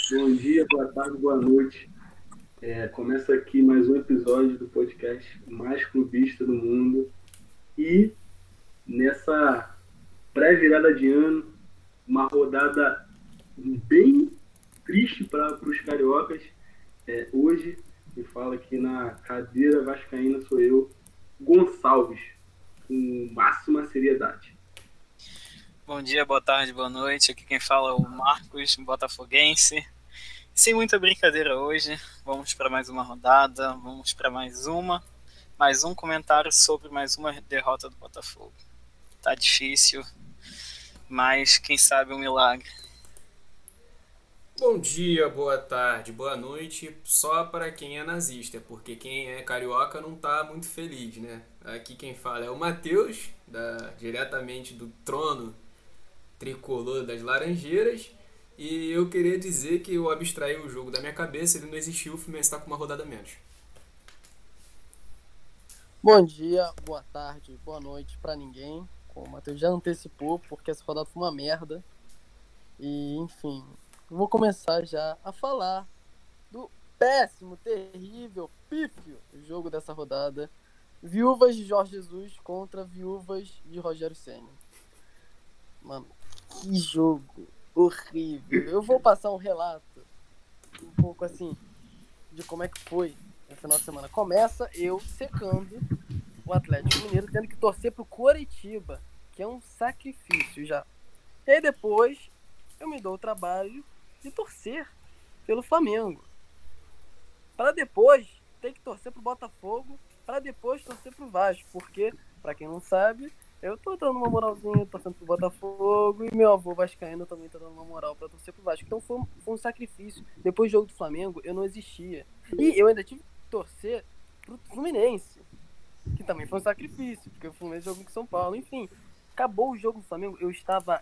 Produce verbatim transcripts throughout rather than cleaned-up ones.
Bom dia, boa tarde, boa noite. É, começa aqui mais um episódio do podcast mais clubista do mundo. E nessa pré-virada de ano, uma rodada bem triste para os cariocas. É, hoje, me fala aqui na cadeira vascaína sou eu, Gonçalves, com máxima seriedade. Bom dia, boa tarde, boa noite. Aqui quem fala é o Marcos, botafoguense. Sem muita brincadeira hoje, vamos para mais uma rodada, vamos para mais uma, mais um comentário sobre mais uma derrota do Botafogo. Tá difícil, mas quem sabe um milagre. Bom dia, boa tarde, boa noite, só para quem é nazista, porque quem é carioca não tá muito feliz, né? Aqui quem fala é o Matheus, da, diretamente do trono tricolor das Laranjeiras, e eu queria dizer que eu abstraí o jogo da minha cabeça, ele não existiu, o Fluminense está com uma rodada a menos. Bom dia, boa tarde, boa noite pra ninguém. Como o Matheus já antecipou, porque essa rodada foi uma merda. E, enfim, vou começar já a falar do péssimo, terrível, pífio jogo dessa rodada. Viúvas de Jorge Jesus contra viúvas de Rogério Ceni. Mano, que jogo horrível. Eu vou passar um relato um pouco assim de como é que foi no final de semana. Começa eu secando o Atlético Mineiro, tendo que torcer pro Coritiba, que é um sacrifício já. E aí depois eu me dou o trabalho de torcer pelo Flamengo, para depois ter que torcer pro Botafogo, para depois torcer pro Vasco, porque, para quem não sabe, eu tô dando uma moralzinha torcendo pro Botafogo e meu avô vascaíno também tá dando uma moral para torcer pro Vasco. Então foi um, foi um sacrifício. Depois do jogo do Flamengo, eu não existia. E eu ainda tive que torcer pro Fluminense, que também foi um sacrifício, porque o Fluminense jogou com São Paulo, enfim. Acabou o jogo do Flamengo, eu estava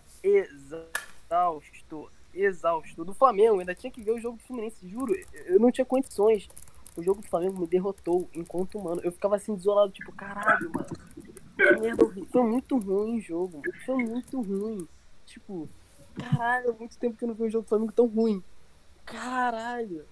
exausto, exausto. Do Flamengo, eu ainda tinha que ver o jogo do Fluminense, juro, eu não tinha condições. O jogo do Flamengo me derrotou enquanto humano. Eu ficava assim, desolado, tipo, caralho, mano. Que merda horrível. Foi muito ruim o jogo, mano. Foi muito ruim. Tipo, caralho, há muito tempo que eu não vi um jogo do Flamengo tão ruim. Caralho.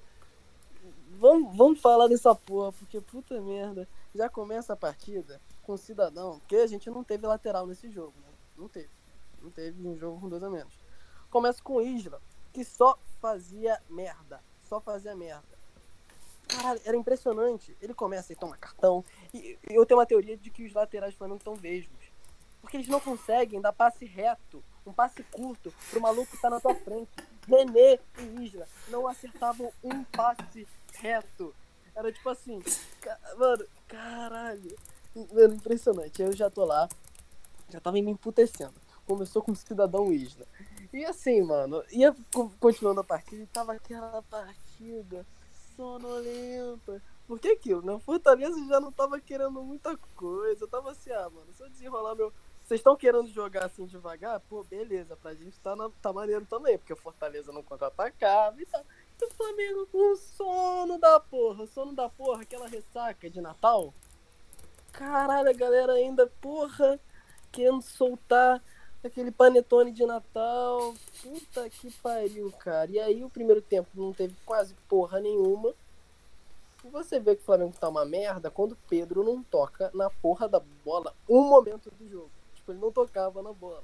Vamos, vamos falar dessa porra, porque puta merda. Já começa a partida com o Cidadão, porque a gente não teve lateral nesse jogo, né? Não teve. Não teve um jogo com dois a menos. Começa com o Isla, que só fazia merda. Só fazia merda. Caralho, era impressionante. Ele começa e toma cartão. E eu tenho uma teoria de que os laterais do Flamengo estão vesgos. Porque eles não conseguem dar passe reto, um passe curto, pro maluco que tá na tua frente. René e Isla não acertavam um passe reto. Era tipo assim, mano, caralho. Mano, impressionante. Eu já tô lá, já tava me emputecendo. Começou com o Cidadão Isla. E assim, mano, ia continuando a partida e tava aquela partida sonolenta. Porque aquilo, né? Fortaleza já não tava querendo muita coisa. Eu tava assim, ah, mano, se eu desenrolar meu. Vocês estão querendo jogar assim devagar? Pô, beleza, pra gente tá, na... tá maneiro também, porque o Fortaleza não contra-atacava e tal. E o Flamengo com sono da porra, sono da porra, aquela ressaca de Natal. Caralho, a galera ainda, porra, querendo soltar aquele panetone de Natal. Puta que pariu, cara. E aí o primeiro tempo não teve quase porra nenhuma. E você vê que o Flamengo tá uma merda quando o Pedro não toca na porra da bola um momento do jogo. Tipo, ele não tocava na bola.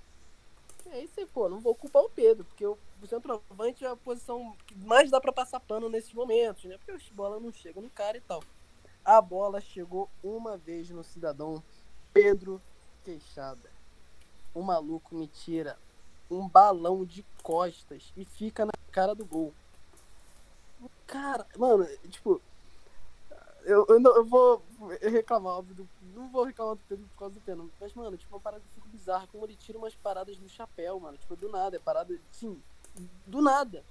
E aí você, pô, não vou culpar o Pedro, porque o centroavante é a posição que mais dá pra passar pano nesses momentos, né? Porque a bola não chega no cara e tal. A bola chegou uma vez no cidadão Pedro Queixada. O maluco me tira um balão de costas e fica na cara do gol. Cara, mano, tipo, eu, eu, não, eu vou reclamar, óbvio, não vou reclamar do Pedro por causa do pênalti, mas, mano, tipo, uma parada que fica bizarra, como ele tira umas paradas do chapéu, mano, tipo, do nada, é parada, sim, do nada.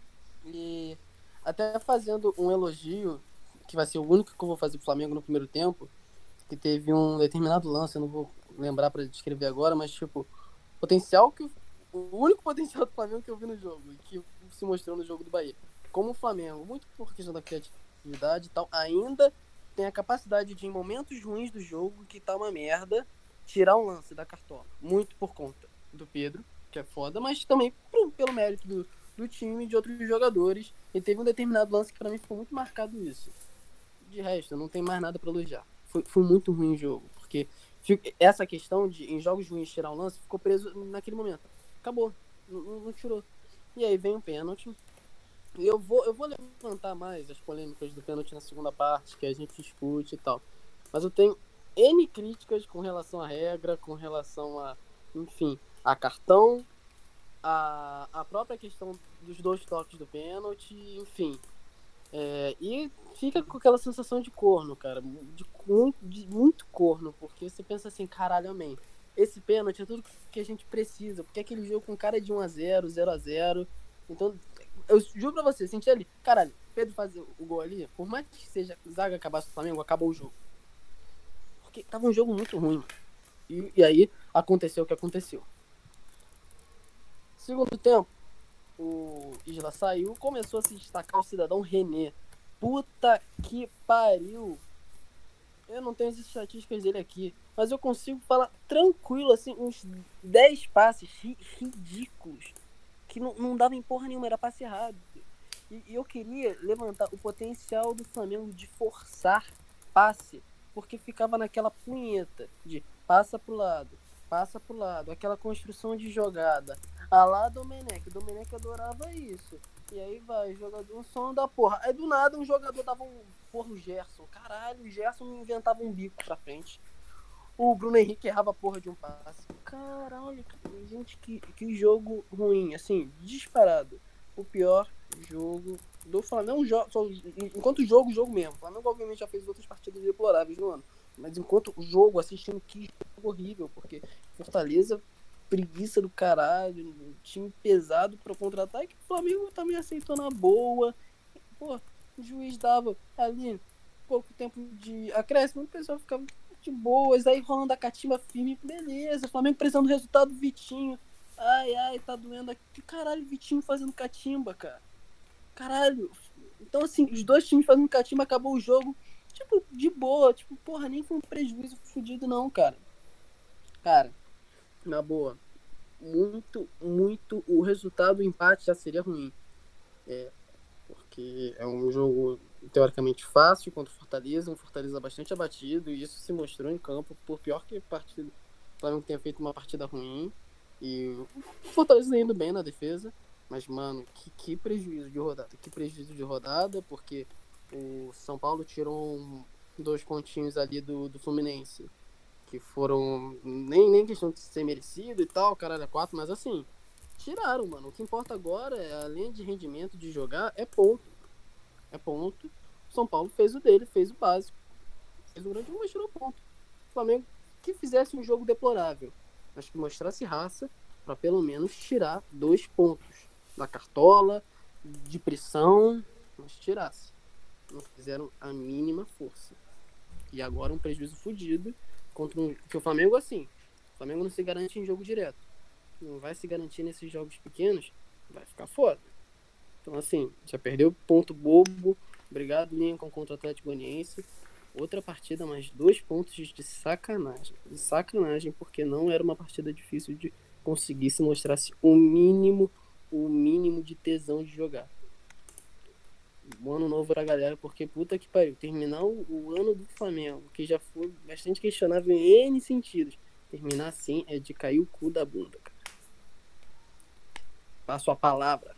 E até fazendo um elogio, que vai ser o único que eu vou fazer pro Flamengo no primeiro tempo, que teve um determinado lance, eu não vou lembrar pra descrever agora, mas, tipo, potencial que o único potencial do Flamengo que eu vi no jogo, e que se mostrou no jogo do Bahia. Como o Flamengo, muito por questão da criatividade e tal, ainda tem a capacidade de, em momentos ruins do jogo, que tá uma merda, tirar um lance da cartola. Muito por conta do Pedro, que é foda, mas também por, pelo mérito do, do time, de outros jogadores. E teve um determinado lance que pra mim ficou muito marcado isso. De resto, não tem mais nada pra elogiar. Foi, foi muito ruim o jogo, porque essa questão de em jogos ruins tirar um lance ficou preso naquele momento. Acabou, não, não tirou. E aí vem um pênalti. E eu vou, eu vou levantar mais as polêmicas do pênalti na segunda parte, que a gente discute e tal. Mas eu tenho N críticas com relação à regra, com relação a, enfim, a cartão, a, a própria questão dos dois toques do pênalti, enfim. É, e fica com aquela sensação de corno, cara, de muito, de muito corno, porque você pensa assim, caralho, amém. Esse pênalti é tudo que a gente precisa, porque aquele jogo com cara de um a zero, zero a zero, então, eu juro pra você, senti ali, caralho, Pedro fazer o gol ali, por mais que seja zaga acabasse do Flamengo, acabou o jogo. Porque tava um jogo muito ruim. E, e aí, aconteceu o que aconteceu. Segundo tempo, o Isla saiu, começou a se destacar o cidadão René. Puta que pariu. Eu não tenho as estatísticas dele aqui, mas eu consigo falar tranquilo, assim, uns dez passes ri- ridículos, que não, não dava em porra nenhuma, era passe errado. E, e eu queria levantar o potencial do Flamengo de forçar passe, porque ficava naquela punheta de passa pro lado, passa pro lado, aquela construção de jogada. A lá Domenech, Domenech adorava isso. E aí vai, jogador, um som da porra. Aí do nada um jogador dava um, porra, o Gerson. Caralho, o Gerson inventava um bico pra frente. O Bruno Henrique errava a porra de um passe. Caralho, gente, que, que jogo ruim. Assim, disparado. O pior jogo do Flamengo. Jo- só- enquanto jogo, jogo mesmo. O Flamengo obviamente já fez outras partidas deploráveis no ano. Mas enquanto jogo, assistindo, que jogo horrível. Porque Fortaleza, preguiça do caralho, time pesado pra contra-ataque. O Flamengo também aceitou na boa. Pô, o juiz dava ali pouco tempo de acréscimo, o pessoal ficava de boas, aí rolando a catimba firme, beleza, o Flamengo precisando do resultado, Vitinho, ai, ai, tá doendo aqui, que caralho, Vitinho fazendo catimba, cara, caralho, então assim, os dois times fazendo catimba, acabou o jogo, tipo, de boa, tipo, porra, nem foi um prejuízo fudido não, cara, cara, na boa, muito, muito, o resultado, o empate já seria ruim, é, porque é um jogo teoricamente fácil contra o Fortaleza, um Fortaleza bastante abatido, e isso se mostrou em campo, por pior que a partida, o Flamengo tenha feito uma partida ruim, e o Fortaleza indo bem na defesa, mas, mano, que, que prejuízo de rodada, que prejuízo de rodada, porque o São Paulo tirou um, dois pontinhos ali do, do Fluminense, que foram, nem, nem questão de ser merecido e tal, caralho, é quatro, mas assim, tiraram, mano, o que importa agora, é, além de rendimento de jogar, é ponto. É ponto. O São Paulo fez o dele, fez o básico. Fez um grande jogo, mas tirou ponto. O Flamengo que fizesse um jogo deplorável, mas que mostrasse raça para pelo menos tirar dois pontos da cartola, de pressão, mas tirasse. Não fizeram a mínima força. E agora um prejuízo fodido contra um. Que o Flamengo, assim, o Flamengo não se garante em jogo direto. Não vai se garantir nesses jogos pequenos, vai ficar foda. Então, assim, já perdeu ponto bobo. Obrigado, Lincoln, contra o Atlético Goianiense. Outra partida, mais dois pontos de sacanagem. De sacanagem, porque não era uma partida difícil de conseguir se mostrasse o mínimo, o mínimo de tesão de jogar. Um ano novo pra galera, porque puta que pariu. Terminar o, o ano do Flamengo, que já foi bastante questionável em N sentidos. Terminar assim é de cair o cu da bunda, cara. Passo a palavra.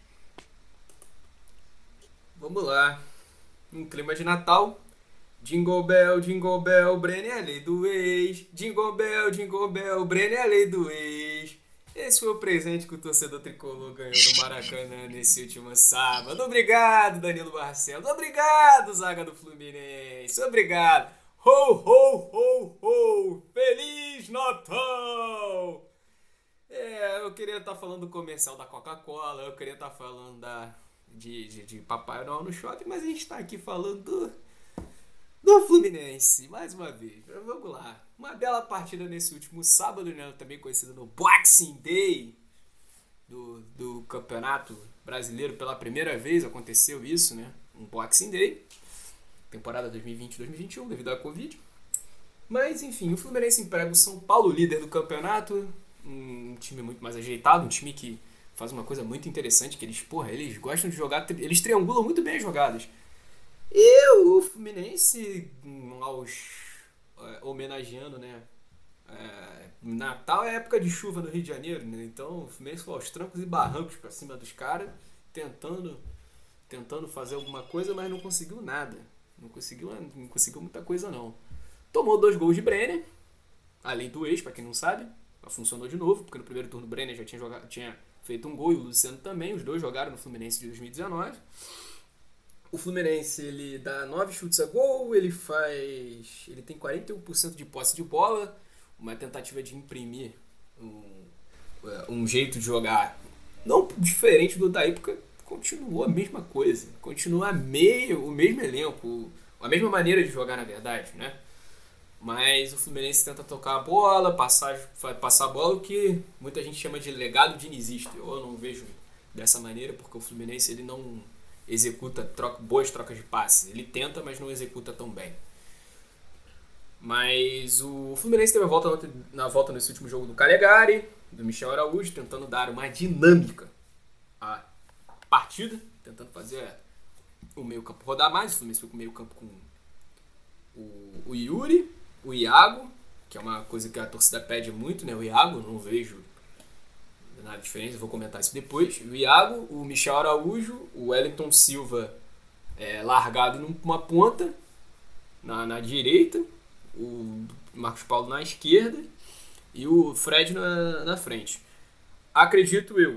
Vamos lá. Um clima de Natal. Jingle Bell, Jingle Bell, Brenner é a lei do ex. Jingle Bell, Jingle Bell, Brenner é a lei do ex. Esse foi o presente que o torcedor tricolor ganhou no Maracanã nesse último sábado. Obrigado, Danilo Barcelos. Obrigado, zaga do Fluminense. Obrigado. Ho, ho, ho, ho. Feliz Natal! É, eu queria estar falando do comercial da Coca-Cola, eu queria estar falando da, de, de, de Papai Noel no shopping, mas a gente está aqui falando do, do Fluminense, mais uma vez. Vamos lá. Uma bela partida nesse último sábado, né, também conhecido no Boxing Day do, do Campeonato Brasileiro. Pela primeira vez aconteceu isso, né? Um Boxing Day, temporada dois mil e vinte dois mil e vinte e um, devido à Covid. Mas, enfim, o Fluminense emprega o São Paulo, líder do campeonato. Um time muito mais ajeitado, um time que faz uma coisa muito interessante, que eles, porra, eles gostam de jogar, eles triangulam muito bem as jogadas. E o Fluminense, aos, é, homenageando, né? É, Natal é época de chuva no Rio de Janeiro, né? Então o Fluminense foi aos trancos e barrancos pra cima dos caras, tentando, tentando fazer alguma coisa, mas não conseguiu nada. Não conseguiu, não conseguiu muita coisa, não. Tomou dois gols de Brenner, além do ex, pra quem não sabe. Funcionou de novo, porque no primeiro turno o Brenner já tinha, jogado, tinha feito um gol e o Luciano também. Os dois jogaram no Fluminense de dois mil e dezenove. O Fluminense, ele dá nove chutes a gol, ele faz... Ele tem quarenta e um por cento de posse de bola, uma tentativa de imprimir um, um jeito de jogar não diferente do da época, continuou a mesma coisa. Continua meio, o mesmo elenco, a mesma maneira de jogar, na verdade, né? Mas o Fluminense tenta tocar a bola, passar, passar a bola, o que muita gente chama de legado dinizista. Eu não vejo dessa maneira, porque o Fluminense ele não executa troca, boas trocas de passe. Ele tenta, mas não executa tão bem. Mas o Fluminense teve a volta na volta nesse último jogo do Calegari, do Michel Araújo, tentando dar uma dinâmica à partida, tentando fazer o meio campo rodar mais. O Fluminense foi com o meio campo com o, o Yuri, o Iago, que é uma coisa que a torcida pede muito, né? O Iago, não vejo nada diferente, eu vou comentar isso depois. O Iago, o Michel Araújo, o Wellington Silva é, largado numa ponta, na, na direita, o Marcos Paulo na esquerda e o Fred na, na frente. Acredito eu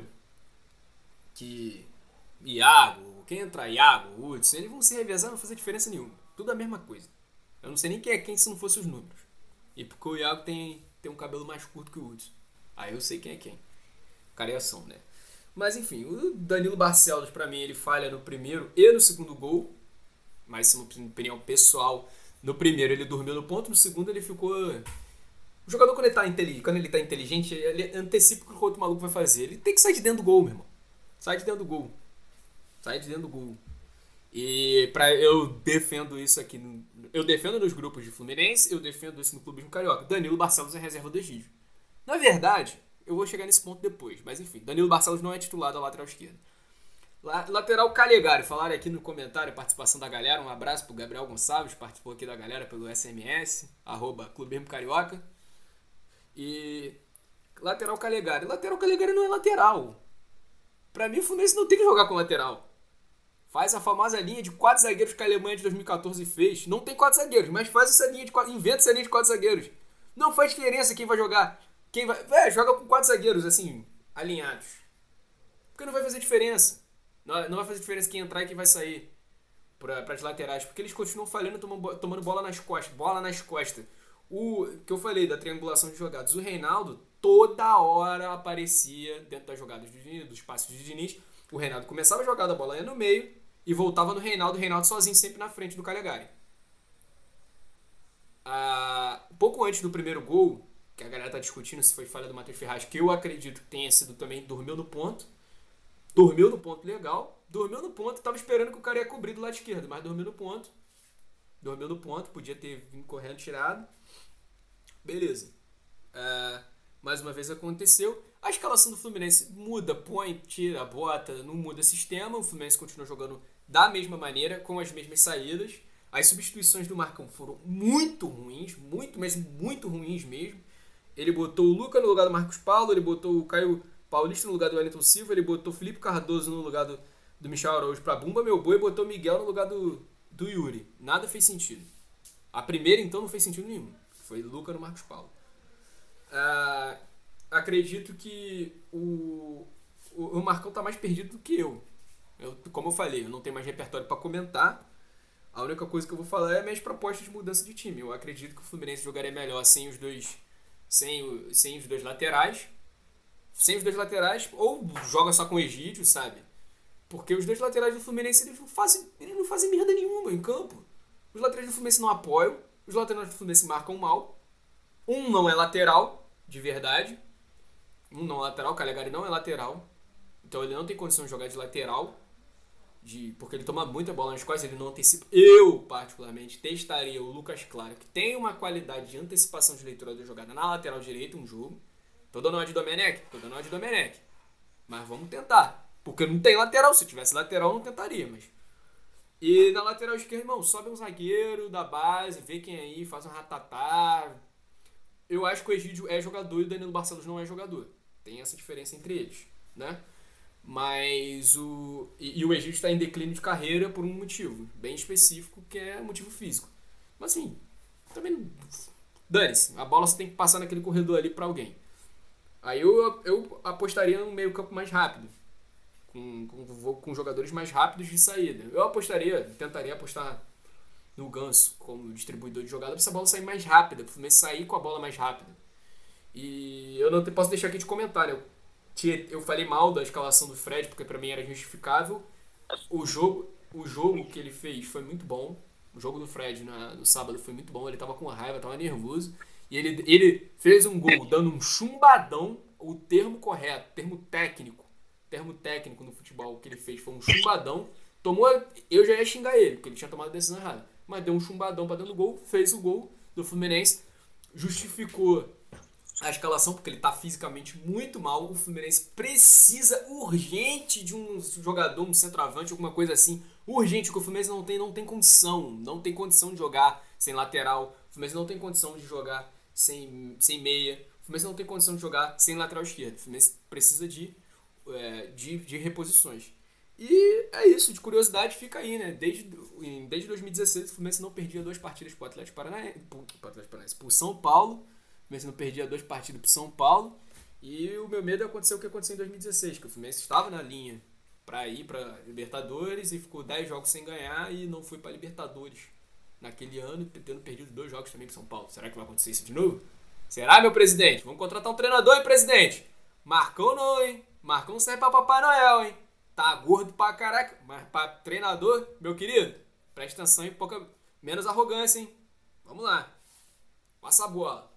que Iago, quem entrar, Iago, Hudson, eles vão se revezar, não vai fazer diferença nenhuma. Tudo a mesma coisa. Eu não sei nem quem é quem se não fosse os números. E porque o Iago tem, tem um cabelo mais curto que o Hudson. Aí eu sei quem é quem. Careação, né? Mas enfim, o Danilo Barcelos, pra mim, ele falha no primeiro e no segundo gol. Mas, na minha opinião pessoal, no primeiro ele dormiu no ponto, no segundo ele ficou... O jogador, quando ele tá inteligente, quando ele tá inteligente, ele antecipa o que o outro maluco vai fazer. Ele tem que sair de dentro do gol, meu irmão. Sai de dentro do gol. Sai de dentro do gol. E pra, eu defendo isso aqui, no, eu defendo nos grupos de Fluminense, eu defendo isso no Clubismo Carioca. Danilo Barcelos é reserva do Egídio. Na verdade, eu vou chegar nesse ponto depois, mas enfim, Danilo Barcelos não é titular da lateral esquerda. La, lateral Calegari, falaram aqui no comentário, participação da galera, um abraço pro Gabriel Gonçalves, participou aqui da galera pelo S M S, arroba Clubismo Carioca. E lateral Calegari, lateral Calegari não é lateral. Pra mim o Fluminense não tem que jogar com lateral. Faz a famosa linha de quatro zagueiros que a Alemanha de dois mil e catorze fez. Não tem quatro zagueiros, mas faz essa linha de quatro, inventa essa linha de quatro zagueiros. Não faz diferença quem vai jogar. Quem vai, é, joga com quatro zagueiros, assim, alinhados. Porque não vai fazer diferença. Não, não vai fazer diferença quem entrar e quem vai sair para as laterais. Porque eles continuam falhando, tomando, tomando bola nas costas. Bola nas costas. O que eu falei da triangulação de jogadas. O Reinaldo toda hora aparecia dentro das jogadas do Diniz, dos passos de Diniz. O Reinaldo começava a jogar, a bola ia no meio e voltava no Reinaldo. O Reinaldo sozinho sempre na frente do Calegari. Ah, pouco antes do primeiro gol, que a galera tá discutindo se foi falha do Matheus Ferraz, que eu acredito que tenha sido também, dormiu no ponto. Dormiu no ponto legal. Dormiu no ponto, tava esperando que o cara ia cobrir do lado esquerdo, mas dormiu no ponto. Dormiu no ponto, podia ter vindo correndo tirado. Beleza. Ah, mais uma vez aconteceu. A escalação do Fluminense muda, põe, tira, bota, não muda sistema. O Fluminense continua jogando da mesma maneira, com as mesmas saídas. As substituições do Marcão foram muito ruins, muito, mas muito ruins mesmo. Ele botou o Luca no lugar do Marcos Paulo, ele botou o Caio Paulista no lugar do Wellington Silva, ele botou o Felipe Cardoso no lugar do, do Michel Araújo pra Bumba Meu Boi e botou o Miguel no lugar do, do Yuri. Nada fez sentido. A primeira, então, não fez sentido nenhum. Foi Luca no Marcos Paulo. Ah, acredito que o, o, o Marcão tá mais perdido do que eu. eu. Como eu falei, eu não tenho mais repertório para comentar. A única coisa que eu vou falar é minhas propostas de mudança de time. Eu acredito que o Fluminense jogaria melhor sem os dois, sem, o, sem os dois laterais. Sem os dois laterais, ou joga só com o Egídio, sabe? Porque os dois laterais do Fluminense, eles não fazem, eles não fazem merda nenhuma em campo. Os laterais do Fluminense não apoiam. Os laterais do Fluminense marcam mal. Um não é lateral, de verdade. Um não é lateral, o Calegari não é lateral. Então ele não tem condição de jogar de lateral. De, porque ele toma muita bola nas costas, ele não antecipa. Eu, particularmente, testaria o Lucas Claro, que tem uma qualidade de antecipação de leitura da jogada na lateral direita, um jogo. Tô dando uma de Domenech? Tô dando uma de Domenech. Mas vamos tentar. Porque não tem lateral. Se tivesse lateral, não tentaria, mas... E na lateral esquerda, irmão, sobe um zagueiro da base, vê quem é aí, faz um ratatá. Eu acho que o Egídio é jogador e o Danilo Barcelos não é jogador. Tem essa diferença entre eles, né? Mas o... E, e o Egídio está em declínio de carreira por um motivo bem específico, que é motivo físico. Mas assim, também... Dane-se, a bola você tem que passar naquele corredor ali pra alguém. Aí eu, eu apostaria no meio campo mais rápido. Com, com, com jogadores mais rápidos de saída. Eu apostaria, tentaria apostar no Ganso como distribuidor de jogada para essa bola sair mais rápida, para o Fluminense sair com a bola mais rápida. E eu não te, posso deixar aqui de comentário. Eu, tinha, eu falei mal da escalação do Fred, porque para mim era justificável. O jogo, o jogo que ele fez foi muito bom. O jogo do Fred na, no sábado foi muito bom. Ele tava com raiva, tava nervoso. E ele, ele fez um gol dando um chumbadão, o termo correto, termo técnico. termo técnico no futebol que ele fez foi um chumbadão. Tomou, eu já ia xingar ele, porque ele tinha tomado a decisão errada. Mas deu um chumbadão pra dentro do gol, fez o gol do Fluminense, justificou a escalação, porque ele tá fisicamente muito mal. O Fluminense precisa urgente de um jogador, um centroavante, alguma coisa assim. Urgente, porque o Fluminense não tem, não tem condição. Não tem condição de jogar sem lateral. O Fluminense não tem condição de jogar sem, sem meia. O Fluminense não tem condição de jogar sem lateral esquerdo. O Fluminense precisa de É, de, de reposições. E é isso, de curiosidade fica aí, né? Desde, desde dois mil e dezesseis o Fluminense não perdia duas partidas pro Atlético Paranaense, pro, pro Atlético Paranaense, pro São Paulo. O Fluminense não perdia duas partidas pro São Paulo. E o meu medo é acontecer o que aconteceu em dois mil e dezesseis, que o Fluminense estava na linha para ir para Libertadores e ficou dez jogos sem ganhar e não foi para Libertadores naquele ano, tendo perdido dois jogos também pro São Paulo. Será que vai acontecer isso de novo? Será, meu presidente? Vamos contratar um treinador, hein, presidente? Marcão não, hein? Marcão serve pra Papai Noel, hein? Tá gordo pra caraca. Mas pra treinador, meu querido, presta atenção e pouca... menos arrogância, hein? Vamos lá. Passa a bola.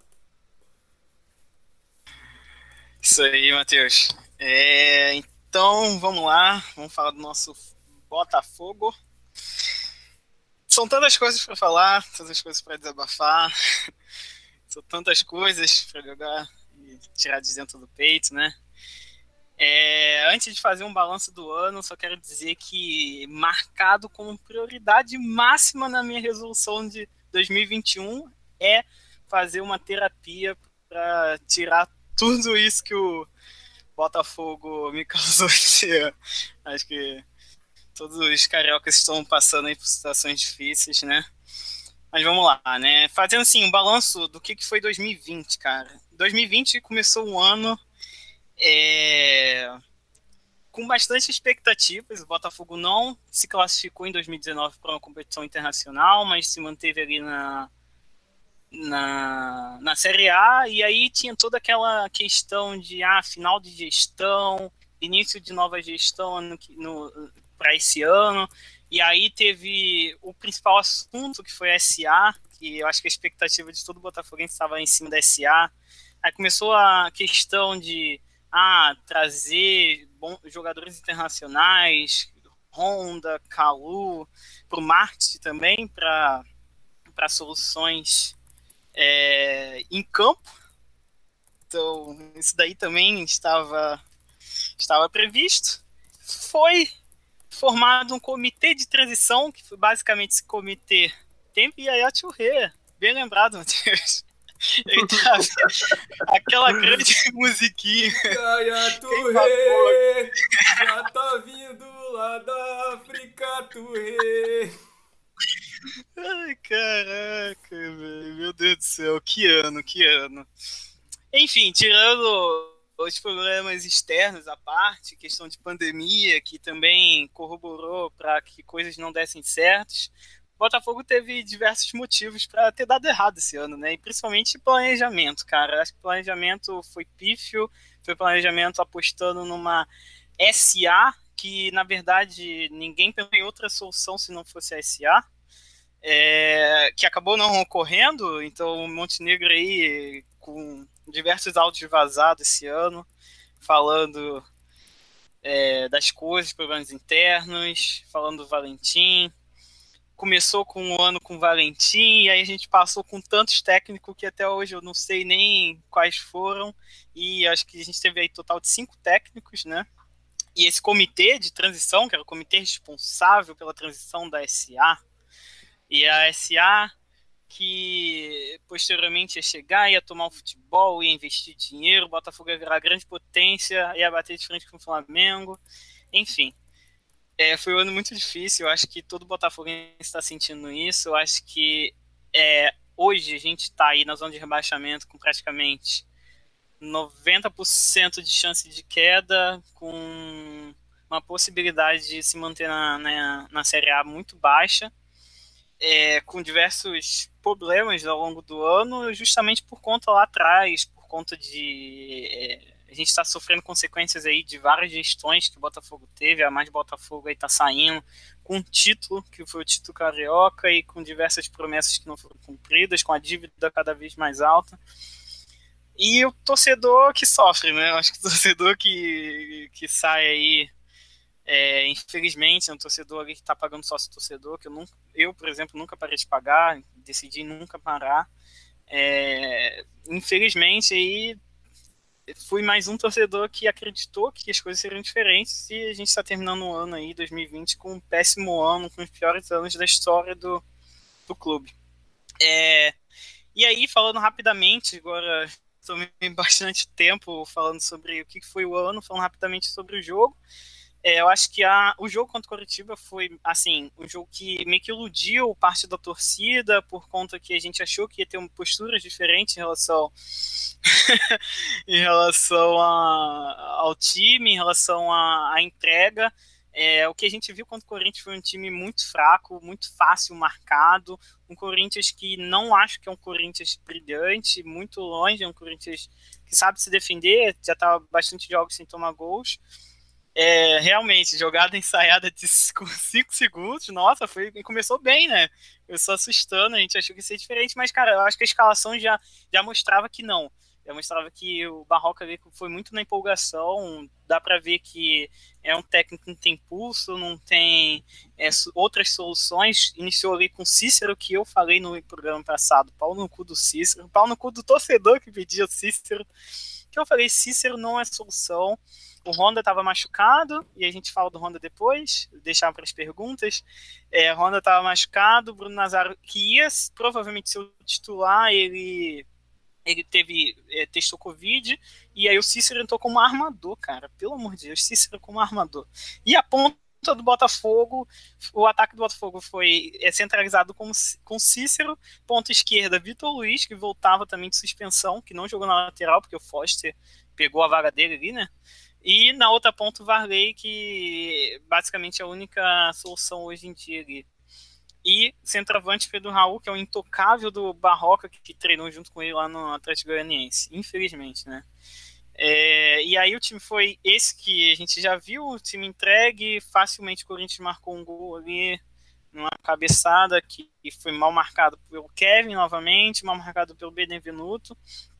Isso aí, Matheus. É, então, vamos lá. Vamos falar do nosso Botafogo. São tantas coisas pra falar, tantas coisas pra desabafar. São tantas coisas pra jogar e tirar de dentro do peito, né? É, antes de fazer um balanço do ano, só quero dizer que marcado como prioridade máxima na minha resolução de dois mil e vinte e um é fazer uma terapia para tirar tudo isso que o Botafogo me causou esse ano. Acho que todos os cariocas estão passando aí por situações difíceis, né? Mas vamos lá, né? Fazendo assim, um balanço do que, que foi dois mil e vinte, cara. dois mil e vinte começou um ano É... com bastante expectativas. O Botafogo não se classificou em dois mil e dezenove para uma competição internacional, mas se manteve ali na, na, na Série A, e aí tinha toda aquela questão de ah, final de gestão, início de nova gestão no, no, para esse ano, e aí teve o principal assunto, que foi a S A, que eu acho que a expectativa de todo botafoguense estava em cima da S A. Aí começou a questão de ah, trazer bons jogadores internacionais, Honda, Calu, para o marketing também, para soluções é, em campo. Então, isso daí também estava, estava previsto. Foi formado um comitê de transição, que foi basicamente esse comitê Tempo e Yaya Touré. Bem lembrado, Matheus. Aquela grande musiquinha. Yaya Touré, já tá vindo lá da África, Touré. Ai, caraca, velho. Meu Deus do céu, que ano, que ano. Enfim, tirando os problemas externos à parte, questão de pandemia, que também corroborou para que coisas não dessem certos, o Botafogo teve diversos motivos para ter dado errado esse ano, né? E principalmente planejamento, cara. Acho que o planejamento foi pífio, foi planejamento apostando numa S A, que na verdade ninguém pensou em outra solução se não fosse a S A, é, que acabou não ocorrendo. Então o Montenegro aí com diversos áudios vazados esse ano, falando é, das coisas, problemas internos, falando do Valentim. Começou com um ano com o Valentim, e aí a gente passou com tantos técnicos que até hoje eu não sei nem quais foram, e acho que a gente teve aí total de cinco técnicos, né? E esse comitê de transição, que era o comitê responsável pela transição da S A, e a S A que posteriormente ia chegar, ia tomar o futebol, ia investir dinheiro, o Botafogo ia virar grande potência, ia bater de frente com o Flamengo, enfim. É, foi um ano muito difícil, eu acho que todo Botafoguense está sentindo isso, eu acho que é, hoje a gente está aí na zona de rebaixamento com praticamente noventa por cento de chance de queda, com uma possibilidade de se manter na, na, na Série A muito baixa, é, com diversos problemas ao longo do ano, justamente por conta lá atrás, por conta de... É, a gente está sofrendo consequências aí de várias gestões que o Botafogo teve, a mais Botafogo aí está saindo com um título, que foi o título carioca, e com diversas promessas que não foram cumpridas, com a dívida cada vez mais alta. E o torcedor que sofre, né? Eu acho que o torcedor que, que sai aí, é, infelizmente, é um torcedor ali que está pagando sócio torcedor, que eu, nunca, eu, por exemplo, nunca parei de pagar, decidi nunca parar. É, infelizmente, aí fui mais um torcedor que acreditou que as coisas seriam diferentes, e a gente está terminando o ano aí, dois mil e vinte, com um péssimo ano, com os piores anos da história do, do clube. É, e aí, falando rapidamente, agora tomei bastante tempo falando sobre o que foi o ano, falando rapidamente sobre o jogo. É, eu acho que a, o jogo contra o Coritiba foi, assim, um jogo que meio que iludiu parte da torcida, por conta que a gente achou que ia ter uma postura diferente em relação, em relação a, ao time, em relação à, à entrega. É, o que a gente viu contra o Corinthians foi um time muito fraco, muito fácil marcado, um Corinthians que não acho que é um Corinthians brilhante, muito longe, é um Corinthians que sabe se defender, já estava bastante jogos sem tomar gols. É, realmente, jogada ensaiada de com cinco segundos, nossa, foi, começou bem, né? Começou assustando, a gente achou que ia ser diferente, mas, cara, eu acho que a escalação já, já mostrava que não. Já mostrava que o Barroca ali foi muito na empolgação, dá pra ver que é um técnico que não tem pulso, não tem é, outras soluções. Iniciou ali com o Cícero, que eu falei no programa passado, pau no cu do Cícero, pau no cu do torcedor que pedia o Cícero, que eu falei, Cícero não é solução. O Honda estava machucado, e a gente fala do Honda depois, deixar para as perguntas. É, o Honda estava machucado, o Bruno Nazário, que ia provavelmente ser o titular, ele, ele teve, é, testou Covid, e aí o Cícero entrou como armador, cara, pelo amor de Deus, Cícero como armador. E a ponta do Botafogo, o ataque do Botafogo foi é, centralizado com, com Cícero, ponta esquerda, Vitor Luiz, que voltava também de suspensão, que não jogou na lateral, porque o Foster pegou a vaga dele ali, né? E na outra ponta o Varley, que basicamente é a única solução hoje em dia ali. E centroavante Pedro Raul, que é o intocável do Barroca, que, que treinou junto com ele lá no Atlético Goianiense, infelizmente, né? É, e aí o time foi esse que a gente já viu, o time entregue, facilmente o Corinthians marcou um gol ali, numa cabeçada que foi mal marcado pelo Kevin novamente, mal marcado pelo Benevenuto.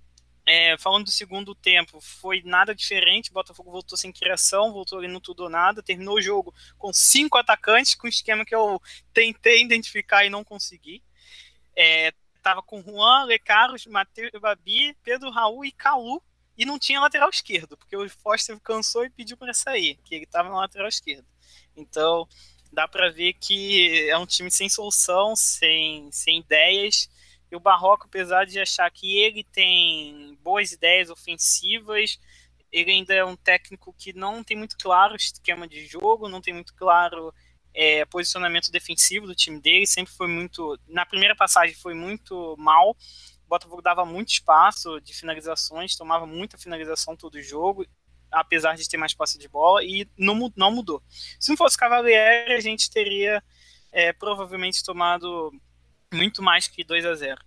É, falando do segundo tempo, foi nada diferente, o Botafogo voltou sem criação, voltou ali no tudo ou nada, terminou o jogo com cinco atacantes, com um esquema que eu tentei identificar e não consegui. É, tava com Juan, Lecaros, Matheus Babi, Pedro Raul e Calu, e não tinha lateral esquerdo, porque o Foster cansou e pediu para sair, que ele estava na lateral esquerda. Então, dá para ver que é um time sem solução, sem, sem ideias. E o Barroca, apesar de achar que ele tem boas ideias ofensivas, ele ainda é um técnico que não tem muito claro o esquema de jogo, não tem muito claro é, posicionamento defensivo do time dele, sempre foi muito... Na primeira passagem foi muito mal, o Botafogo dava muito espaço de finalizações, tomava muita finalização todo o jogo, apesar de ter mais posse de bola, e não, não mudou. Se não fosse Cavalieri, a gente teria é, provavelmente tomado muito mais que dois a zero.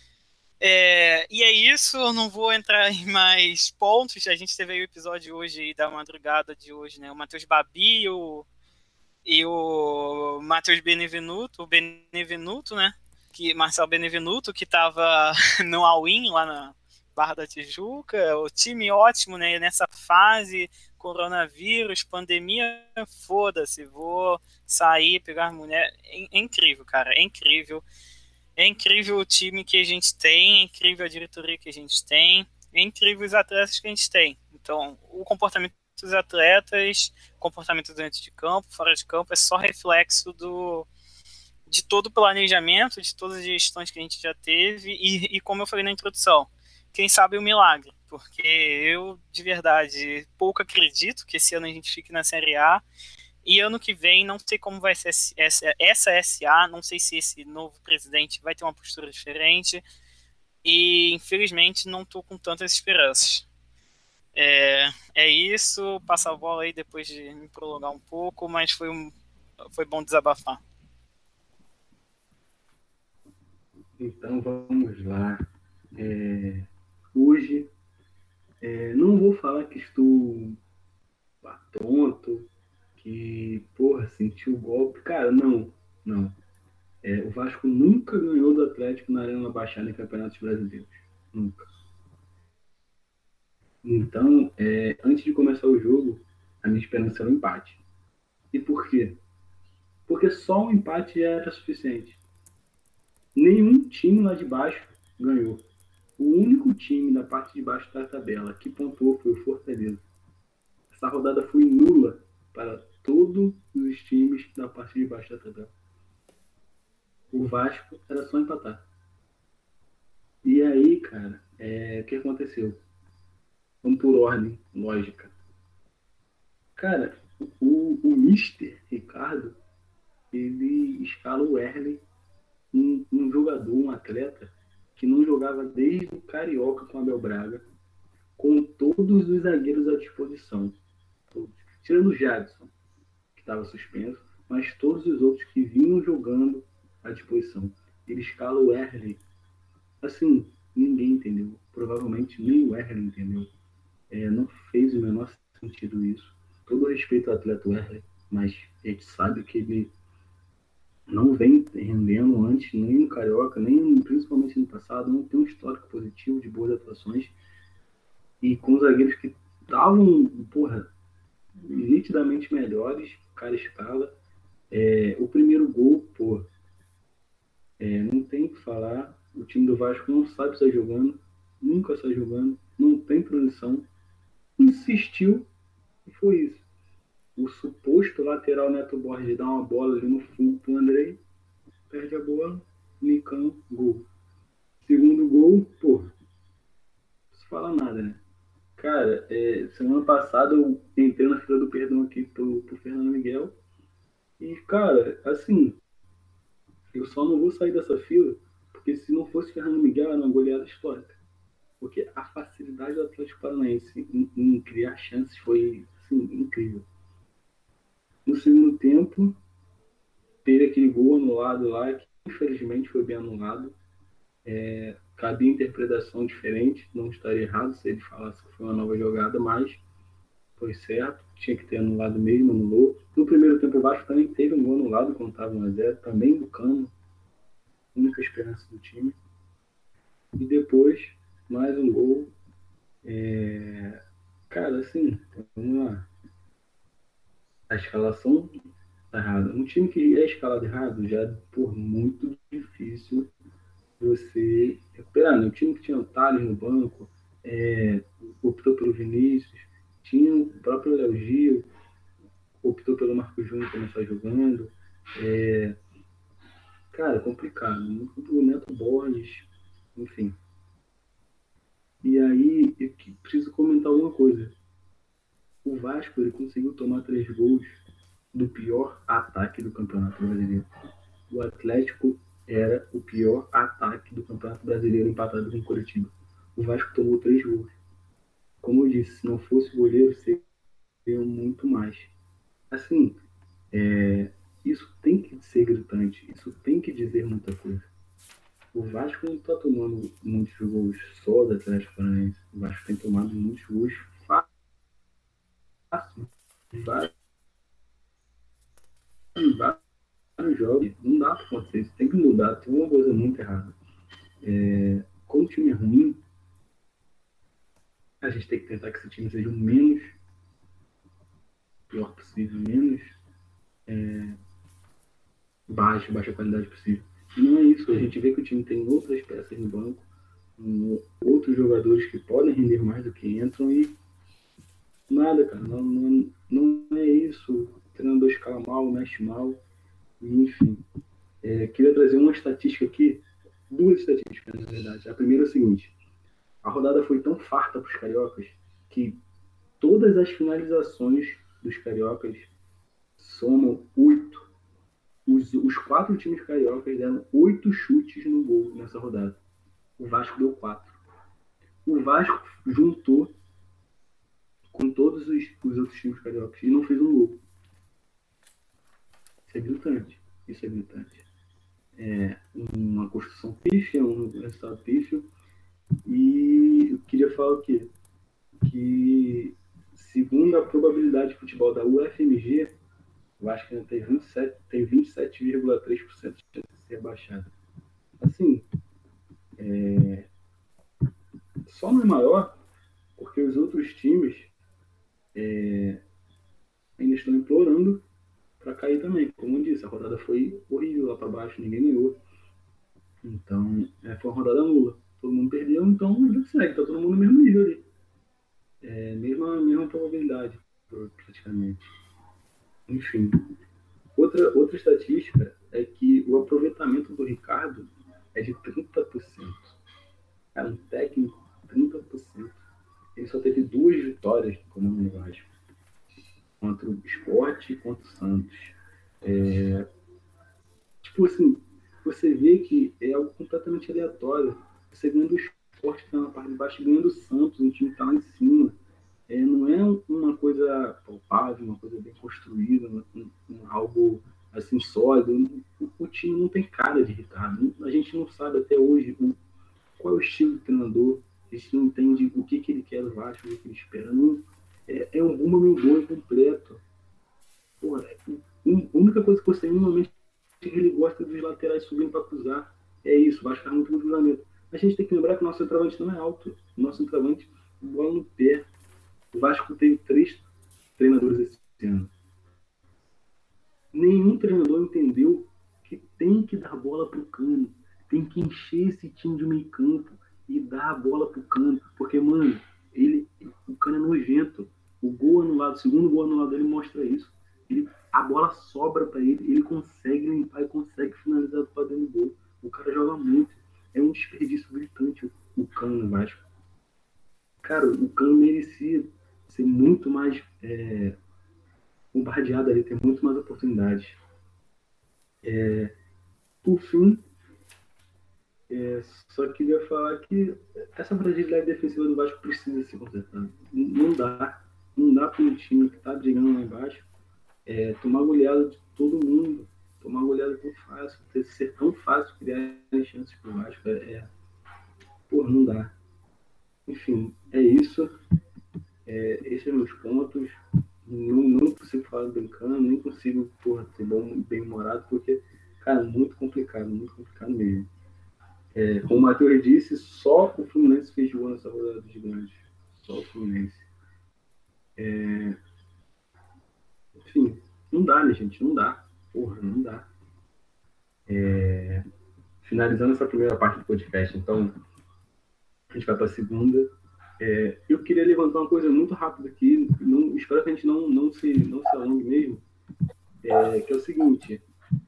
É, e é isso, eu não vou entrar em mais pontos. A gente teve aí o episódio hoje aí, da madrugada de hoje, né? O Matheus Babi e o, e o Matheus Benevenuto, o Benevenuto, né? Que, Marcelo Benevenuto, que estava no all-in lá na Barra da Tijuca. O time ótimo, né? Nessa fase, coronavírus, pandemia, foda-se, vou sair, pegar mulher. É, é incrível, cara, é incrível. É incrível o time que a gente tem, é incrível a diretoria que a gente tem, é incrível os atletas que a gente tem. Então, o comportamento dos atletas, comportamento dentro de campo, fora de campo, é só reflexo do, de todo o planejamento, de todas as gestões que a gente já teve, e, e como eu falei na introdução, quem sabe o milagre, porque eu, de verdade, pouco acredito que esse ano a gente fique na Série A, e ano que vem não sei como vai ser essa, essa S A, não sei se esse novo presidente vai ter uma postura diferente, e infelizmente não estou com tantas esperanças. É, é isso, passar a bola aí depois de me prolongar um pouco, mas foi, um, foi bom desabafar. Então vamos lá. É, hoje é, não vou falar que estou tonto, que porra, senti o golpe. Cara, não, não. É, o Vasco nunca ganhou do Atlético na Arena Baixada em campeonatos brasileiros. Nunca. Então, é, antes de começar o jogo, a minha esperança era um empate. E por quê? Porque só um empate já era suficiente. Nenhum time lá de baixo ganhou. O único time da parte de baixo da tabela que pontuou foi o Fortaleza. Essa rodada foi nula para todos os times da parte de baixo da tabela. O Vasco era só empatar. E aí, cara, é, o que aconteceu? Vamos por ordem lógica. Cara, o, o Mister Ricardo, ele escala o Wesley, um, um jogador, um atleta, que não jogava desde o Carioca com o Abel Braga, com todos os zagueiros à disposição. Todos. Tirando o Jadson, que estava suspenso, mas todos os outros que vinham jogando à disposição. Ele escala o Wesley. Assim, ninguém entendeu. Provavelmente nem o Wesley entendeu. É, não fez o menor sentido isso. Todo respeito ao atleta Wesley, mas a gente sabe que ele não vem rendendo antes, nem no Carioca, nem principalmente no passado, não tem um histórico positivo de boas atuações. E com zagueiros que estavam, porra, nitidamente melhores, o cara escala. É, o primeiro gol, pô, é, não tem o que falar. O time do Vasco não sabe sair jogando, nunca sai jogando, não tem transição. Insistiu e foi isso. O suposto lateral Neto Borges dá uma bola ali no fundo pro Andrei, perde a bola, Nicão, gol. Segundo gol, pô, não preciso falar nada, né? Cara, é, semana passada eu entrei na fila do perdão aqui pro, pro Fernando Miguel. E, cara, assim, eu só não vou sair dessa fila, porque se não fosse Fernando Miguel, era uma goleada histórica. Porque a facilidade do Atlético Paranaense em, em criar chances foi, assim, incrível. No segundo tempo, teve aquele gol anulado lá, que infelizmente foi bem anulado. É, cabia interpretação diferente, não estaria errado se ele falasse que foi uma nova jogada, mas foi certo, tinha que ter anulado mesmo, anulou. No primeiro tempo, o Vasco também teve um gol anulado quando estava um a zero, também do Cano, única esperança do time. E depois, mais um gol. É... Cara, assim, vamos lá. A escalação tá errada. Um time que é escalado errado já é por muito difícil você recuperar, né? O time que tinha o Thales no banco, é, optou pelo Vinícius, tinha o próprio Léo Gil, optou pelo Marco Júnior começar jogando. É, cara, complicado. O Neto Borges, enfim. E aí, eu preciso comentar alguma coisa. O Vasco ele conseguiu tomar três gols do pior ataque do Campeonato Brasileiro. O Atlético era o pior ataque do Campeonato Brasileiro empatado com o Coritiba. O Vasco tomou três gols. Como eu disse, se não fosse o goleiro, seria muito mais. Assim, é, isso tem que ser gritante, isso tem que dizer muita coisa. O Vasco não está tomando muitos gols só do Atlético Paranaense. O Vasco tem tomado muitos gols fácil. Vários, vários jogos. Não dá para acontecer isso. Tem que mudar. Tem uma coisa muito errada. É, como o time é ruim, a gente tem que tentar que esse time seja o menos pior possível, menos é, baixo, baixa qualidade possível. E não é isso. A gente vê que o time tem outras peças no banco, um, outros jogadores que podem render mais do que entram e Nada, cara. Não, não, não é isso. O treinador escala mal, mexe mal. Enfim. É, queria trazer uma estatística aqui. Duas estatísticas, na verdade. A primeira é o seguinte. A rodada foi tão farta para os cariocas que todas as finalizações dos cariocas somam oito. Os, os quatro times cariocas deram oito chutes no gol nessa rodada. O Vasco deu quatro. O Vasco juntou com todos os, os outros times cariocas e não fez um gol. Isso é gritante. Isso é gritante. É uma construção pífia, um resultado pífio. E eu queria falar o quê? Que, segundo a probabilidade de futebol da U F M G, o Vasco ainda tem vinte e sete, tem vinte e sete vírgula três por cento de chance de ser rebaixado. Assim, é... só não é maior porque os outros times é... ainda estão implorando para cair também. Como eu disse, a rodada foi horrível lá para baixo, ninguém ganhou. Então, é, foi uma rodada nula. Todo mundo perdeu, então não segue, tá todo mundo no mesmo nível ali. É, mesma, mesma probabilidade, praticamente. Enfim. Outra, outra estatística é que o aproveitamento do Ricardo é de trinta por cento. Cara, um técnico, trinta por cento. Ele só teve duas vitórias no Comando Vasco. Contra o Sport e contra o Santos. É, tipo assim, você vê que é algo completamente aleatório. Você ganha do Sport que está na parte de baixo, ganha do Santos, um time que está lá em cima. É, não é uma coisa palpável, uma coisa bem construída, um, um, algo assim sólido. O, o time não tem cara de Ricardo. A gente não sabe até hoje o, qual é o estilo do treinador. A gente não entende o que, que ele quer do Vasco, o que ele espera. Não, é, é um bumba meu boi completo. Pô, é, um, a única coisa que eu sei minimamente é que ele gosta dos laterais subindo para cruzar. É isso, o Vasco faz muito no cruzamento. A gente tem que lembrar que o nosso centroavante não é alto. O nosso centroavante bola no pé. O Vasco teve três treinadores esse ano. Nenhum treinador entendeu que tem que dar bola pro Cano. Tem que encher esse time de meio campo e dar a bola pro Cano. Porque, mano, ele, o Cano é nojento. O gol anulado, o segundo gol anulado dele mostra isso. Ele, a bola sobra para ele, ele consegue limpar e consegue finalizar para dentro do gol. O cara joga muito. É um desperdício gritante o, o Cano no Vasco. Cara, o Cano merecia ser muito mais é, bombardeado ali, ter muito mais oportunidades. É, por fim, é, só queria falar que essa fragilidade defensiva do Vasco precisa ser consertada. Não dá. Não dá para um time que está brigando lá embaixo é, tomar goleada de todo mundo. Tomar goleada tão fácil, ter, ser tão fácil criar chances para o Vasco. É, é, pô, não dá. Enfim, é isso. É, esses são meus pontos. Não, não consigo falar brincando, nem consigo porra, ser bom, bem-humorado, porque, cara, muito complicado, muito complicado mesmo. É, como o Matheus disse, só o Fluminense fez gol nessa rodada dos gigantes. Só o Fluminense. É... Enfim, não dá, né, gente? Não dá. Porra, não dá. É... Finalizando essa primeira parte do podcast, então, a gente vai para a segunda. É, eu queria levantar uma coisa muito rápida aqui, não, espero que a gente não, não, se, não se alongue mesmo, é, que é o seguinte,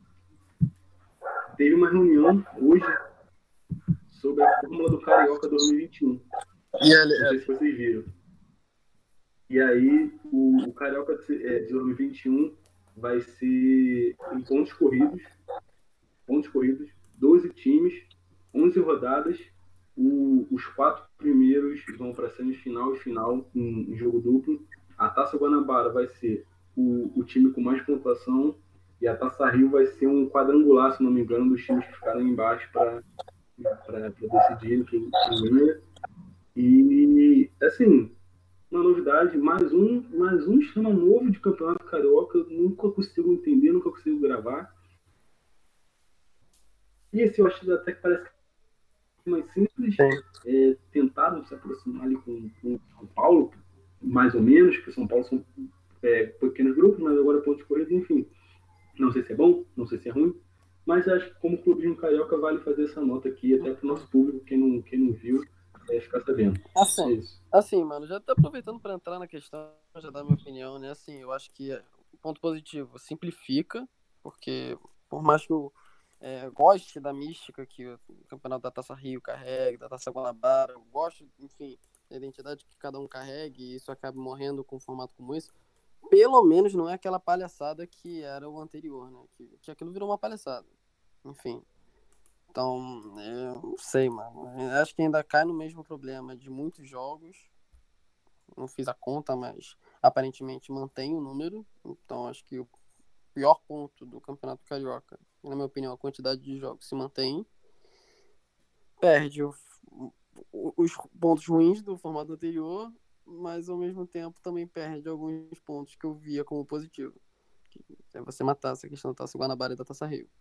teve uma reunião hoje sobre a Fórmula do Carioca dois mil e vinte e um, yeah, yeah. Não sei se vocês viram. E aí o, o Carioca de dois mil e vinte e um vai ser em pontos corridos, pontos corridos, doze times, onze rodadas. O, os quatro primeiros vão para a semifinal e final em, em jogo duplo. A Taça Guanabara vai ser o, o time com mais pontuação e a Taça Rio vai ser um quadrangular, se não me engano, dos times que ficaram embaixo para decidir quem, quem ganha. E, assim, uma novidade, mais um, mais um esquema novo de Campeonato Carioca. Eu nunca consigo entender, nunca consigo gravar. E esse eu acho até que parece mais simples, é, tentaram se aproximar ali com, com São Paulo, mais ou menos, porque São Paulo são é, pequenos grupos, mas agora pontos corridos, enfim. Não sei se é bom, não sei se é ruim, mas acho que como clubismo carioca vale fazer essa nota aqui, até para o nosso público, quem não, quem não viu, é ficar sabendo. Assim, É isso. assim, mano, já tá aproveitando pra entrar na questão, já dar minha opinião, né? Assim, eu acho que é, o ponto positivo simplifica, porque por mais que eu é, goste da mística que o campeonato da Taça Rio carrega, da Taça Guanabara, eu gosto, enfim, da identidade que cada um carregue e isso acaba morrendo com um formato como esse, pelo menos não é aquela palhaçada que era o anterior, né? Que, que aquilo virou uma palhaçada. Enfim. Então, eu não sei, mano. Eu acho que ainda cai no mesmo problema de muitos jogos. Não fiz a conta, mas aparentemente mantém o número. Então, acho que o pior ponto do Campeonato Carioca, na minha opinião, a quantidade de jogos se mantém. Perde o, o, os pontos ruins do formato anterior, mas ao mesmo tempo também perde alguns pontos que eu via como positivo. Que é você matar essa questão da Taça Guanabara e da Taça Rio.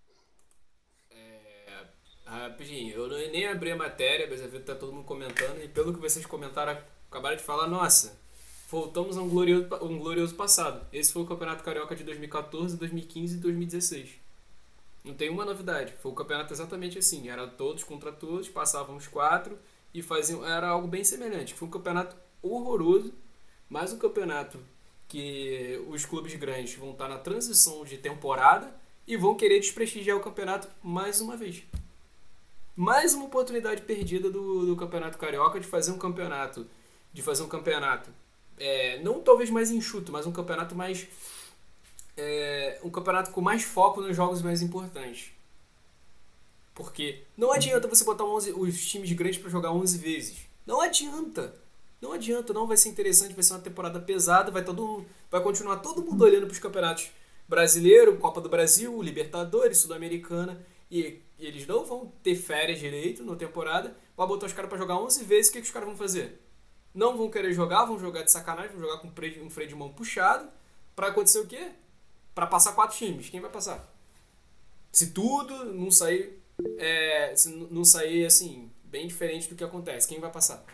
É, rapidinho, eu não- nem abri a matéria, mas eu vi que tá todo mundo comentando, e pelo que vocês comentaram, acabaram de falar, nossa, voltamos a um glorioso, um glorioso passado. Esse foi o Campeonato Carioca de dois mil e quatorze, dois mil e quinze e dois mil e dezesseis. Não tem uma novidade, foi o campeonato exatamente assim, era todos contra todos, passavam os quatro e faziam, era algo bem semelhante. Foi um campeonato horroroso, mais um campeonato que os clubes grandes vão estar na transição de temporada e vão querer desprestigiar o campeonato mais uma vez. Mais uma oportunidade perdida do, do Campeonato Carioca de fazer um campeonato, de fazer um campeonato, é, não talvez mais enxuto, mas um campeonato mais, é, um campeonato com mais foco nos jogos mais importantes. Porque não adianta você botar onze, os times grandes para jogar onze vezes. Não adianta. Não adianta, não vai ser interessante, vai ser uma temporada pesada, vai, todo, vai continuar todo mundo olhando para os campeonatos brasileiro, Copa do Brasil, Libertadores, Sul-Americana, e, e eles não vão ter férias direito na temporada, vai botar os caras para jogar onze vezes, o que, que os caras vão fazer? Não vão querer jogar, vão jogar de sacanagem, vão jogar com um freio de mão puxado, para acontecer o quê? Para passar quatro times, quem vai passar? Se tudo não sair, é, se não sair assim, bem diferente do que acontece, quem vai passar?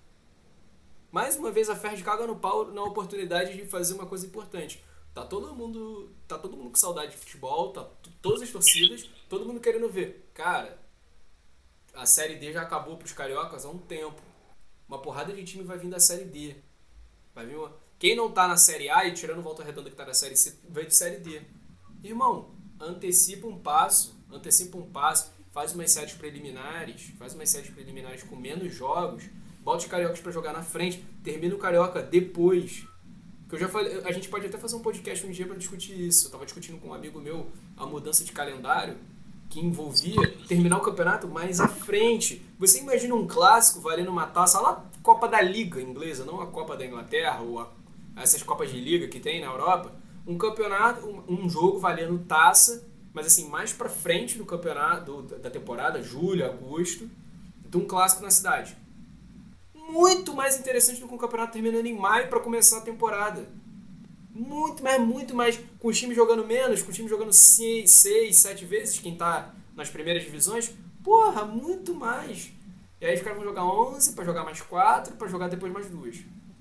Mais uma vez a Ferdi caga no pau na oportunidade de fazer uma coisa importante. Tá todo mundo, tá todo mundo com saudade de futebol, tá t- todas as torcidas, todo mundo querendo ver. Cara, a Série D já acabou pros cariocas há um tempo. Uma porrada de time vai vir da Série D. Vai vir uma... Quem não tá na Série A, e tirando o Volta Redonda que tá na Série C, vai de Série D. Irmão, antecipa um passo, antecipa um passo, faz umas séries preliminares, faz umas séries preliminares com menos jogos, bota os cariocas pra jogar na frente, termina o carioca depois. Que eu já falei, a gente pode até fazer um podcast um dia pra discutir isso. Eu tava discutindo com um amigo meu a mudança de calendário que envolvia terminar o campeonato mais à frente. Você imagina um clássico valendo uma taça, lá Copa da Liga inglesa, não a Copa da Inglaterra ou a, essas Copas de Liga que tem na Europa, um campeonato, um, um jogo valendo taça, mas assim, mais pra frente do campeonato, do, da temporada, julho, agosto, de um clássico na cidade. Muito mais interessante do que um campeonato terminando em maio para começar a temporada. Muito mais, muito mais. Com os times jogando menos, com os times jogando seis, sete vezes, quem tá nas primeiras divisões. Porra, muito mais. E aí os caras vão jogar onze, para jogar mais quatro, para jogar depois mais duas.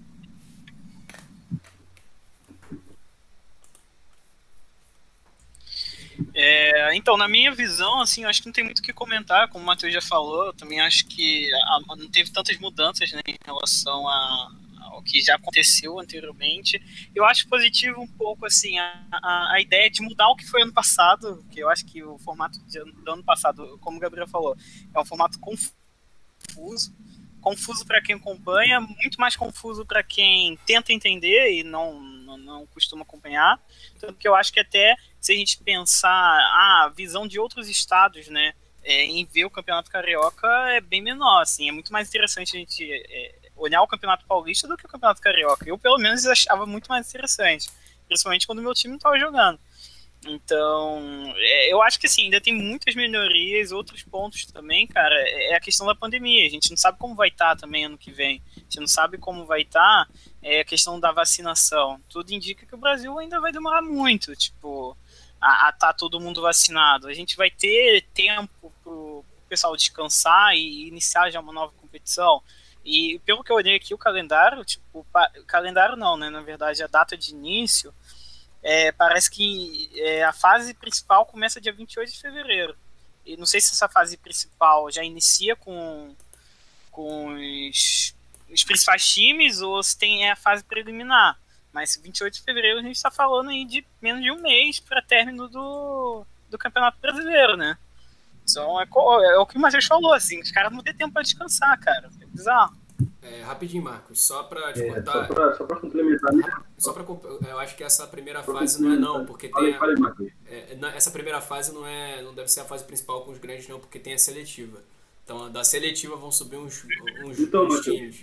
É, então, na minha visão, assim, eu acho que não tem muito o que comentar, como o Matheus já falou, eu também acho que a, não teve tantas mudanças, né, em relação a, ao que já aconteceu anteriormente. Eu acho positivo um pouco, assim, a, a, a ideia de mudar o que foi ano passado, que eu acho que o formato de, do ano passado, como o Gabriel falou, é um formato confuso, confuso para quem acompanha, muito mais confuso para quem tenta entender e não, não, não costuma acompanhar, tanto que eu acho que até se a gente pensar a visão de outros estados, né, é, em ver o Campeonato Carioca é bem menor, assim, é muito mais interessante a gente é, olhar o Campeonato Paulista do que o Campeonato Carioca. Eu, pelo menos, achava muito mais interessante, principalmente quando o meu time não estava jogando. Então, é, eu acho que assim, ainda tem muitas melhorias, outros pontos também, cara, é a questão da pandemia. A gente não sabe como vai estar também ano que vem. A gente não sabe como vai estar é, a questão da vacinação. Tudo indica que o Brasil ainda vai demorar muito, tipo, a estar tá todo mundo vacinado. A gente vai ter tempo pro pessoal descansar e iniciar já uma nova competição. E pelo que eu olhei aqui, o calendário, tipo, o calendário não, né? Na verdade, a data de início, é, parece que é, a fase principal começa dia vinte e oito de fevereiro. E não sei se essa fase principal já inicia com, com os, os principais times ou se tem é a fase preliminar. Mas vinte e oito de fevereiro a gente está falando aí de menos de um mês para término do, do Campeonato Brasileiro, né? Então é, é o que o Matheus falou, assim, os caras não têm tempo para descansar, cara. É bizarro. É, rapidinho, Marcos, só pra te É, contar. só pra, só pra complementar, né? Só pra, eu acho que essa primeira fase não é não, porque Falei, tem a, falei, Matheus. é, na- essa primeira fase não é, não deve ser a fase principal com os grandes não, porque tem a seletiva. Então da seletiva vão subir uns, uns, Então, uns Matheus. times.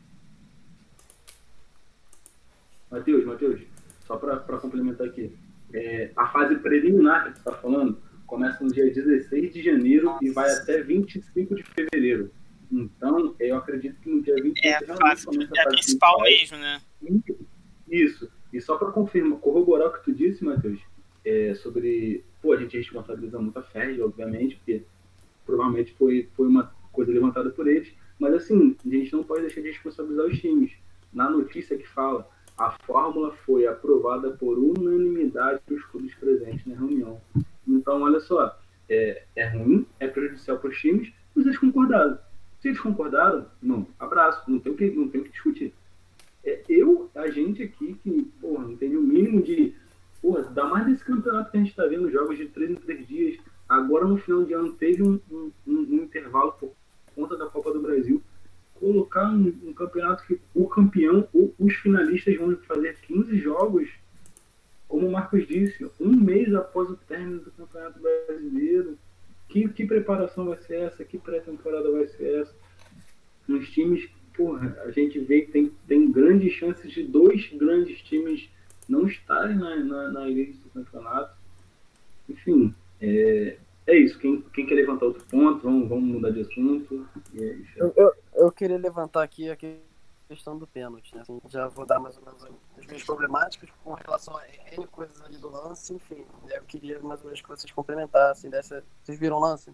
Matheus, Matheus, só para complementar aqui. É, a fase preliminar que você está falando começa no dia dezesseis de janeiro e vai até vinte e cinco de fevereiro. Então, eu acredito que no dia vinte e cinco É a fase é a principal mesmo, né? Isso. E só para confirmar, corroborar o que tu disse, Matheus, é, sobre... Pô, a gente responsabiliza muito a F E R J, obviamente, porque provavelmente foi, foi uma coisa levantada por eles. Mas, assim, a gente não pode deixar de responsabilizar os times. Na notícia que fala, a fórmula foi aprovada por unanimidade dos clubes presentes na reunião. Então, olha só, é, é ruim, é prejudicial para os times, mas eles concordaram. Se eles concordaram, não, abraço, não tem o que, não tem o que discutir. É, eu, a gente aqui, que, porra, não tem o mínimo de... Porra, dá mais desse campeonato que a gente está vendo, jogos de três em três dias. Agora, no final de ano, teve um, um, um intervalo por conta da Copa do Brasil. Colocar um, um campeonato que o campeão, ou os finalistas vão fazer quinze jogos, como o Marcos disse, um mês após o término do Campeonato Brasileiro. Que, que preparação vai ser essa? Que pré-temporada vai ser essa? Nos times, porra, a gente vê que tem, tem grandes chances de dois grandes times não estarem na, na, na elite do campeonato. Enfim, é, é isso. Quem, quem quer levantar outro ponto, vamos, vamos mudar de assunto. E é isso. Eu, eu, eu queria levantar aqui a questão do pênalti, né? Assim, já vou dar mais ou menos as minhas problemáticas com relação a N coisas ali do lance, enfim. Eu queria mais ou menos que vocês complementassem dessa. Vocês viram o lance?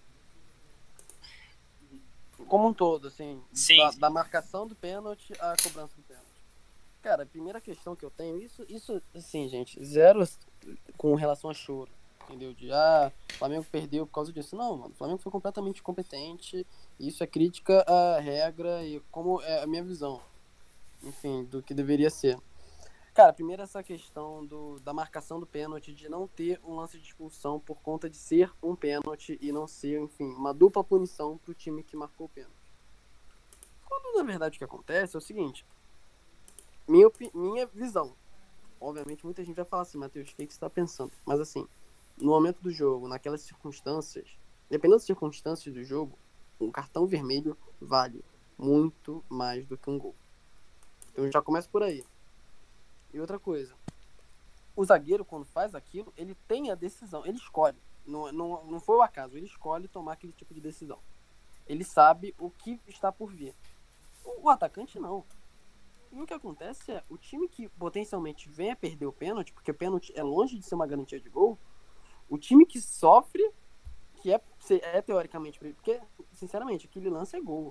Como um todo, assim, Sim. Da, da marcação do pênalti à cobrança do pênalti. Cara, a primeira questão que eu tenho, isso, isso assim, gente, zero com relação a choro, entendeu? De, ah, o Flamengo perdeu por causa disso. Não, mano, o Flamengo foi completamente incompetente, e isso é crítica à regra e como é a minha visão, enfim, do que deveria ser. Cara, primeiro essa questão do, da marcação do pênalti, de não ter um lance de expulsão por conta de ser um pênalti e não ser, enfim, uma dupla punição pro time que marcou o pênalti. Quando, na verdade, o que acontece é o seguinte, minha, minha visão, obviamente muita gente vai falar assim, Matheus, o que, que você tá pensando? Mas assim, no momento do jogo, naquelas circunstâncias, dependendo das circunstâncias do jogo, um cartão vermelho vale muito mais do que um gol. Então já começa por aí. E outra coisa, o zagueiro, quando faz aquilo, ele tem a decisão, ele escolhe. Não, não, não foi o acaso, ele escolhe tomar aquele tipo de decisão. Ele sabe o que está por vir. O, o atacante não. E o que acontece é, o time que potencialmente vem a perder o pênalti, porque o pênalti é longe de ser uma garantia de gol, o time que sofre, que é, é teoricamente, porque, sinceramente, aquele lance é gol.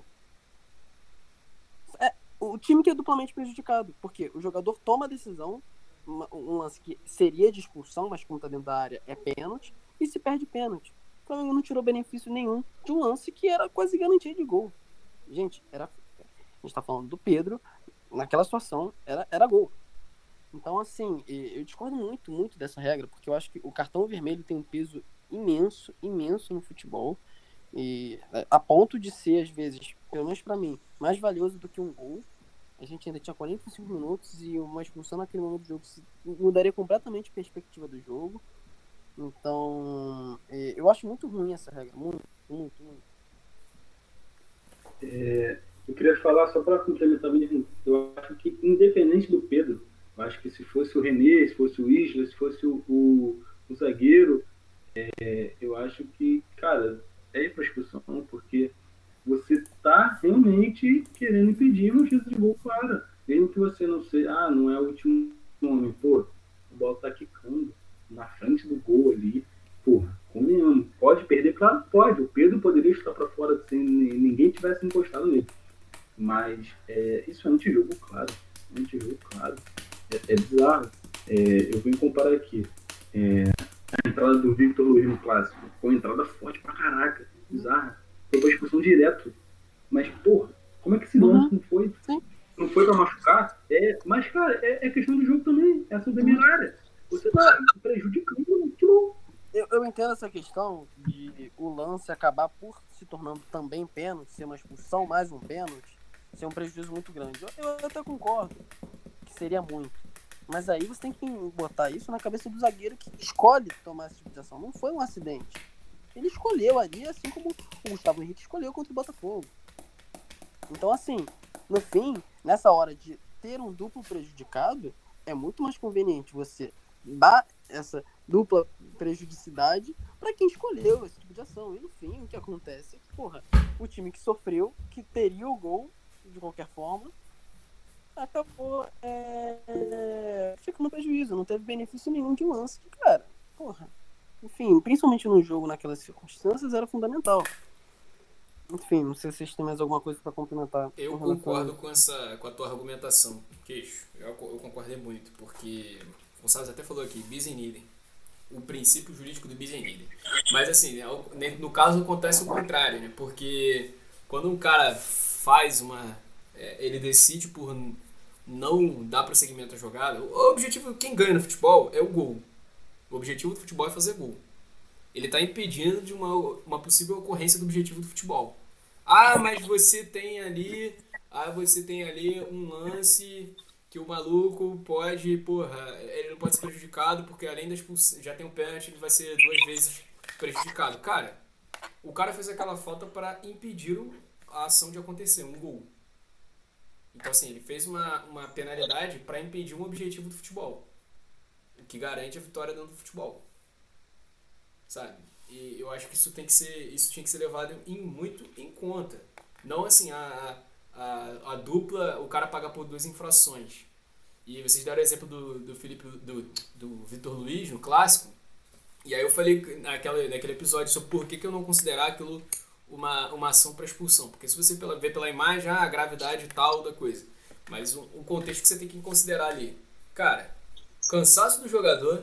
É, o time que é duplamente prejudicado, porque o jogador toma a decisão, uma, um lance que seria de expulsão, mas como está dentro da área, é pênalti, e se perde pênalti. O Flamengo não tirou benefício nenhum de um lance que era quase garantia de gol. Gente, era, a gente está falando do Pedro, naquela situação, era, era gol. Então, assim, eu discordo muito, muito dessa regra, porque eu acho que o cartão vermelho tem um peso imenso, imenso no futebol, e a ponto de ser, às vezes, pelo menos pra mim, mais valioso do que um gol. A gente ainda tinha quarenta e cinco minutos e uma expulsão naquele momento do jogo mudaria completamente a perspectiva do jogo. Então, eu acho muito ruim essa regra, muito, muito, muito. É, eu queria falar, só para complementar mesmo, eu acho que independente do Pedro, eu acho que se fosse o René, se fosse o Isla, se fosse o, o, o zagueiro, é, eu acho que, cara, é ir para expulsão, porque você está realmente querendo impedir uma chance de gol clara. Mesmo que você não seja, ah, não é o último nome, pô, a bola tá quicando na frente do gol ali, porra, comendo. Pode perder? Claro, pode. O Pedro poderia estar para fora se ninguém tivesse encostado nele. Mas é, isso é antijogo, claro. É antijogo, claro. É, é bizarro. É, eu vou comparar aqui. É, a entrada do Victor Luiz no clássico. Foi uma entrada forte pra caraca. Bizarra. Foi pra expulsão direto. Mas, porra, Como é que esse Uhum. lance não foi? Sim. Não foi pra machucar? É, mas, cara, é, é questão do jogo também. É ação temerária. Você tá prejudicando o futebol. Eu, eu entendo essa questão de o lance acabar por se tornando também pênalti, ser uma expulsão mais um pênalti, ser um prejuízo muito grande. Eu, eu até concordo que seria muito. Mas aí você tem que botar isso na cabeça do zagueiro que escolhe tomar essa tipo de ação. Não foi um acidente. Ele escolheu ali, assim como o Gustavo Henrique escolheu contra o Botafogo. Então, assim, no fim, nessa hora de ter um duplo prejudicado, é muito mais conveniente você dar essa dupla prejudicidade para quem escolheu esse tipo de ação. E no fim, o que acontece é que, porra, o time que sofreu, que teria o gol de qualquer forma, acabou é, ficando prejuízo, não teve benefício nenhum de um lance que, cara, porra, enfim, principalmente no jogo, naquelas circunstâncias, era fundamental. Enfim, não sei se vocês têm mais alguma coisa para complementar. Eu com relação concordo a- com, essa, com a tua argumentação, Queixo. Eu, eu concordei muito, porque o Gonçalves até falou aqui, bis in idem. O princípio jurídico do bis in idem. Mas assim, no caso acontece o contrário, né? Porque quando um cara faz uma... É, ele decide por não dar prosseguimento à jogada, o objetivo, quem ganha no futebol é o gol. O objetivo do futebol é fazer gol. Ele está impedindo de uma, uma possível ocorrência do objetivo do futebol. Ah, mas você tem ali, ah, você tem ali um lance que o maluco pode, porra, ele não pode ser prejudicado porque além da expulsão, já tem um pênalti, ele vai ser duas vezes prejudicado. Cara, o cara fez aquela falta para impedir a ação de acontecer, um gol. Então assim, ele fez uma, uma penalidade para impedir um objetivo do futebol, o que garante a vitória dentro do futebol. Sabe? E eu acho que isso tem que ser, isso tinha que ser levado em, muito em conta. Não assim, a, a, a dupla, o cara paga por duas infrações. E vocês deram o exemplo do, do Felipe, do, do Vitor Luiz no clássico. E aí eu falei naquela, naquele episódio sobre por que, que eu não considerar aquilo uma, uma ação para expulsão. Porque se você pela, ver pela imagem, ah, a gravidade e tal da coisa. Mas o, o contexto que você tem que considerar ali. Cara, cansaço do jogador.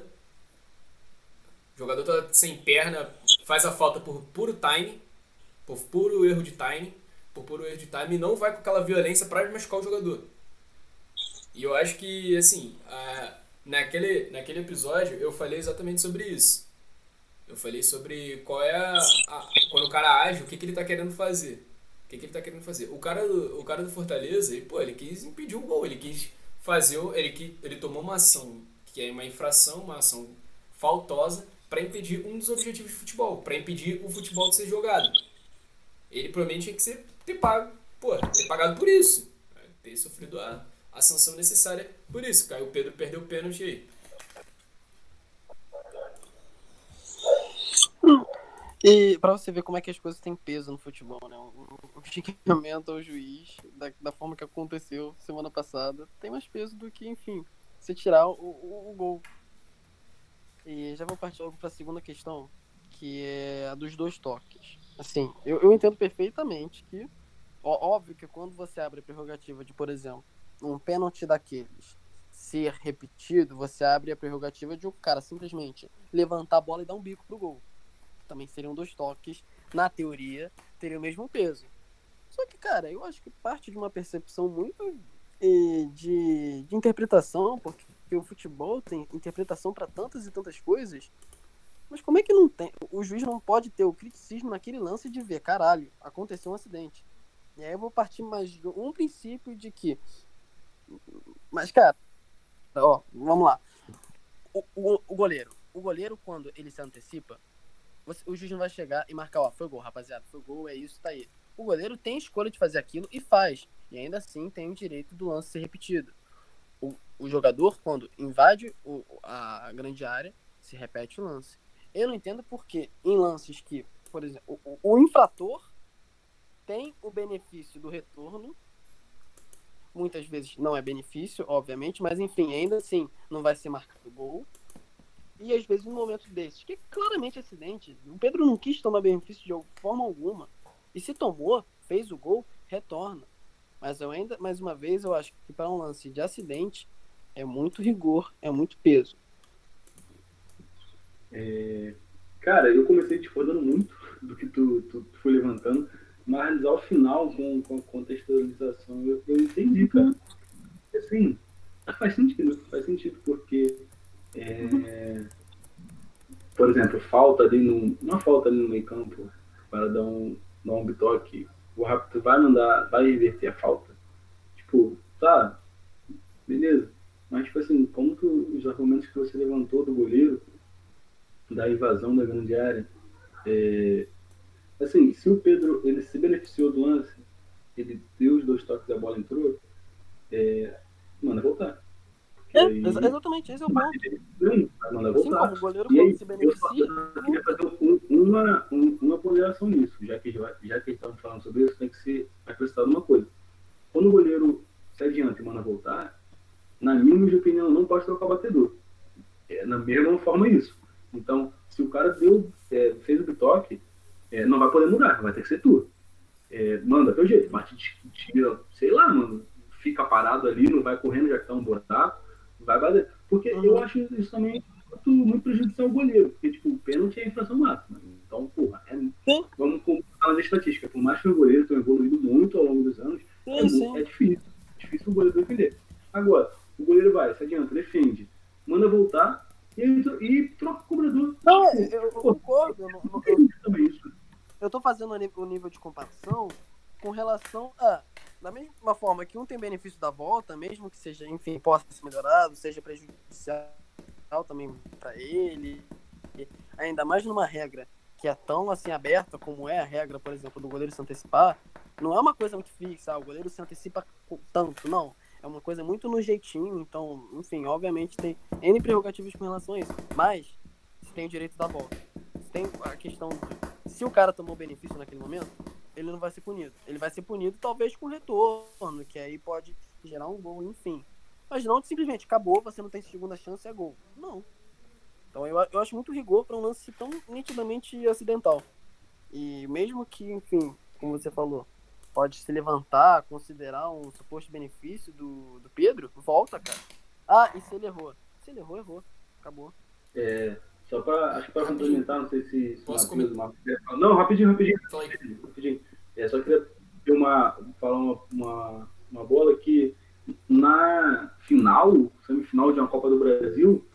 O jogador tá sem perna, faz a falta por puro time, por puro erro de time, por puro erro de time, e não vai com aquela violência para machucar o jogador. E eu acho que, assim, a, naquele, naquele episódio eu falei exatamente sobre isso. Eu falei sobre qual é a, a quando o cara age, o que, que ele tá querendo fazer. O que, que ele tá querendo fazer. O cara, o cara do Fortaleza, ele, pô, ele quis impedir o gol, ele quis fazer, ele, ele tomou uma ação que é uma infração, uma ação faltosa, para impedir um dos objetivos de futebol, para impedir o futebol de ser jogado. Ele provavelmente tinha que ser, ter, pago, pô, ter pagado por isso, ter sofrido a, a sanção necessária por isso. Caio Pedro perdeu o pênalti aí. E pra você ver como é que as coisas têm peso no futebol, né? O xingamento ao juiz, da, da forma que aconteceu semana passada, tem mais peso do que, enfim, você tirar o, o, o gol. E já vou partir logo para a segunda questão, que é a dos dois toques. Assim, eu, eu entendo perfeitamente que, ó, óbvio que quando você abre a prerrogativa de, por exemplo, um pênalti daqueles ser repetido, você abre a prerrogativa de o cara simplesmente levantar a bola e dar um bico pro gol. Também seriam dois toques, na teoria, teriam o mesmo peso. Só que, cara, eu acho que parte de uma percepção muito eh, de, de interpretação, porque o futebol tem interpretação para tantas e tantas coisas, mas como é que não tem? O juiz não pode ter o criticismo naquele lance de ver, caralho, aconteceu um acidente. E aí eu vou partir mais de um princípio de que, mas cara, ó, vamos lá. O, o, o goleiro, o goleiro quando ele se antecipa, você, o juiz não vai chegar e marcar, ó, foi gol, rapaziada, foi gol, é isso, tá aí. O goleiro tem a escolha de fazer aquilo e faz, e ainda assim tem o direito do lance ser repetido. O, o jogador, quando invade o, a grande área, se repete o lance. Eu não entendo porque em lances que, por exemplo, o, o infrator tem o benefício do retorno, muitas vezes não é benefício, obviamente, mas enfim, ainda assim não vai ser marcado gol. E às vezes num momento desses, que é claramente acidente, o Pedro não quis tomar benefício de forma alguma. E se tomou, fez o gol, retorna. Mas eu ainda, mais uma vez, eu acho que para um lance de acidente é muito rigor, é muito peso. É, cara, eu comecei discordando muito do que tu, tu, tu foi levantando. Mas ao final, com, com a contextualização, eu, eu entendi, cara. Assim, faz sentido, faz sentido, porque, é, por exemplo, falta ali no. Uma falta ali no meio campo para dar um, dar um bitoque, o rápido vai mandar, vai reverter a falta. Tipo, tá, beleza. Mas, tipo assim, como que os argumentos que você levantou do goleiro, da invasão da grande área, é, assim, se o Pedro ele se beneficiou do lance, ele deu os dois toques e a bola entrou, é, manda voltar. Porque É, aí, exa- exatamente, esse é o ponto. ele vai mandar Assim voltar. como o goleiro, E quando aí, se eu só beneficia, eu queria fazer um- uma, um- uma ponderação nisso, já que, já que estamos falando sobre isso, tem que ser acrescentado uma coisa. Quando o goleiro se adianta e manda voltar, na minha humilde opinião, não pode trocar o batedor. É na mesma forma isso. Então, se o cara deu, é, fez o bitoque, é, não vai poder mudar, vai ter que ser tu. É, manda teu jeito, bate, tira, sei lá, mano, fica parado ali, não vai correndo, já que tá um buraco, vai bater. Porque Uhum. eu acho isso também muito, muito prejudicial ao goleiro, porque, tipo, o pênalti é a infração máxima. Então, porra, é, Sim. vamos falar nas estatísticas, por mais que o goleiro tenha evoluído muito ao longo dos anos, Sim, é, sim. é difícil, é difícil o goleiro defender. Agora, o goleiro vai, se adianta, defende, manda voltar e, e troca o cobrador. Não, Tipo, eu, eu pô, concordo. Eu, não- eu, tem também isso. eu tô fazendo o nível, o nível de comparação com relação a, da mesma forma que um tem benefício da volta, mesmo que seja, enfim, possa ser melhorado, seja prejudicial também para ele, ainda mais numa regra que é tão assim aberta como é a regra, por exemplo, do goleiro se antecipar, não é uma coisa muito fixa, ah, o goleiro se antecipa tanto, não. É uma coisa muito no jeitinho, então, enfim, obviamente tem N prerrogativas com relação a isso, mas se tem o direito da volta. Se tem a questão de, se o cara tomou benefício naquele momento, ele não vai ser punido. Ele vai ser punido talvez com retorno, que aí pode gerar um gol, enfim. Mas não simplesmente acabou, você não tem segunda chance, é gol. Não. Então eu, eu acho muito rigor para um lance tão nitidamente acidental. E mesmo que, enfim, como você falou, pode se levantar, considerar um suposto benefício do, do Pedro, volta, cara. Ah, e se ele errou? Se ele errou, errou. Acabou. É, só para acho que para complementar, não sei se, se Posso Matheus, Marcos quer falar. Não, rapidinho, rapidinho. Fala aí. rapidinho. É, só queria ter uma, falar uma, uma, uma bola que na final, semifinal de uma Copa do Brasil,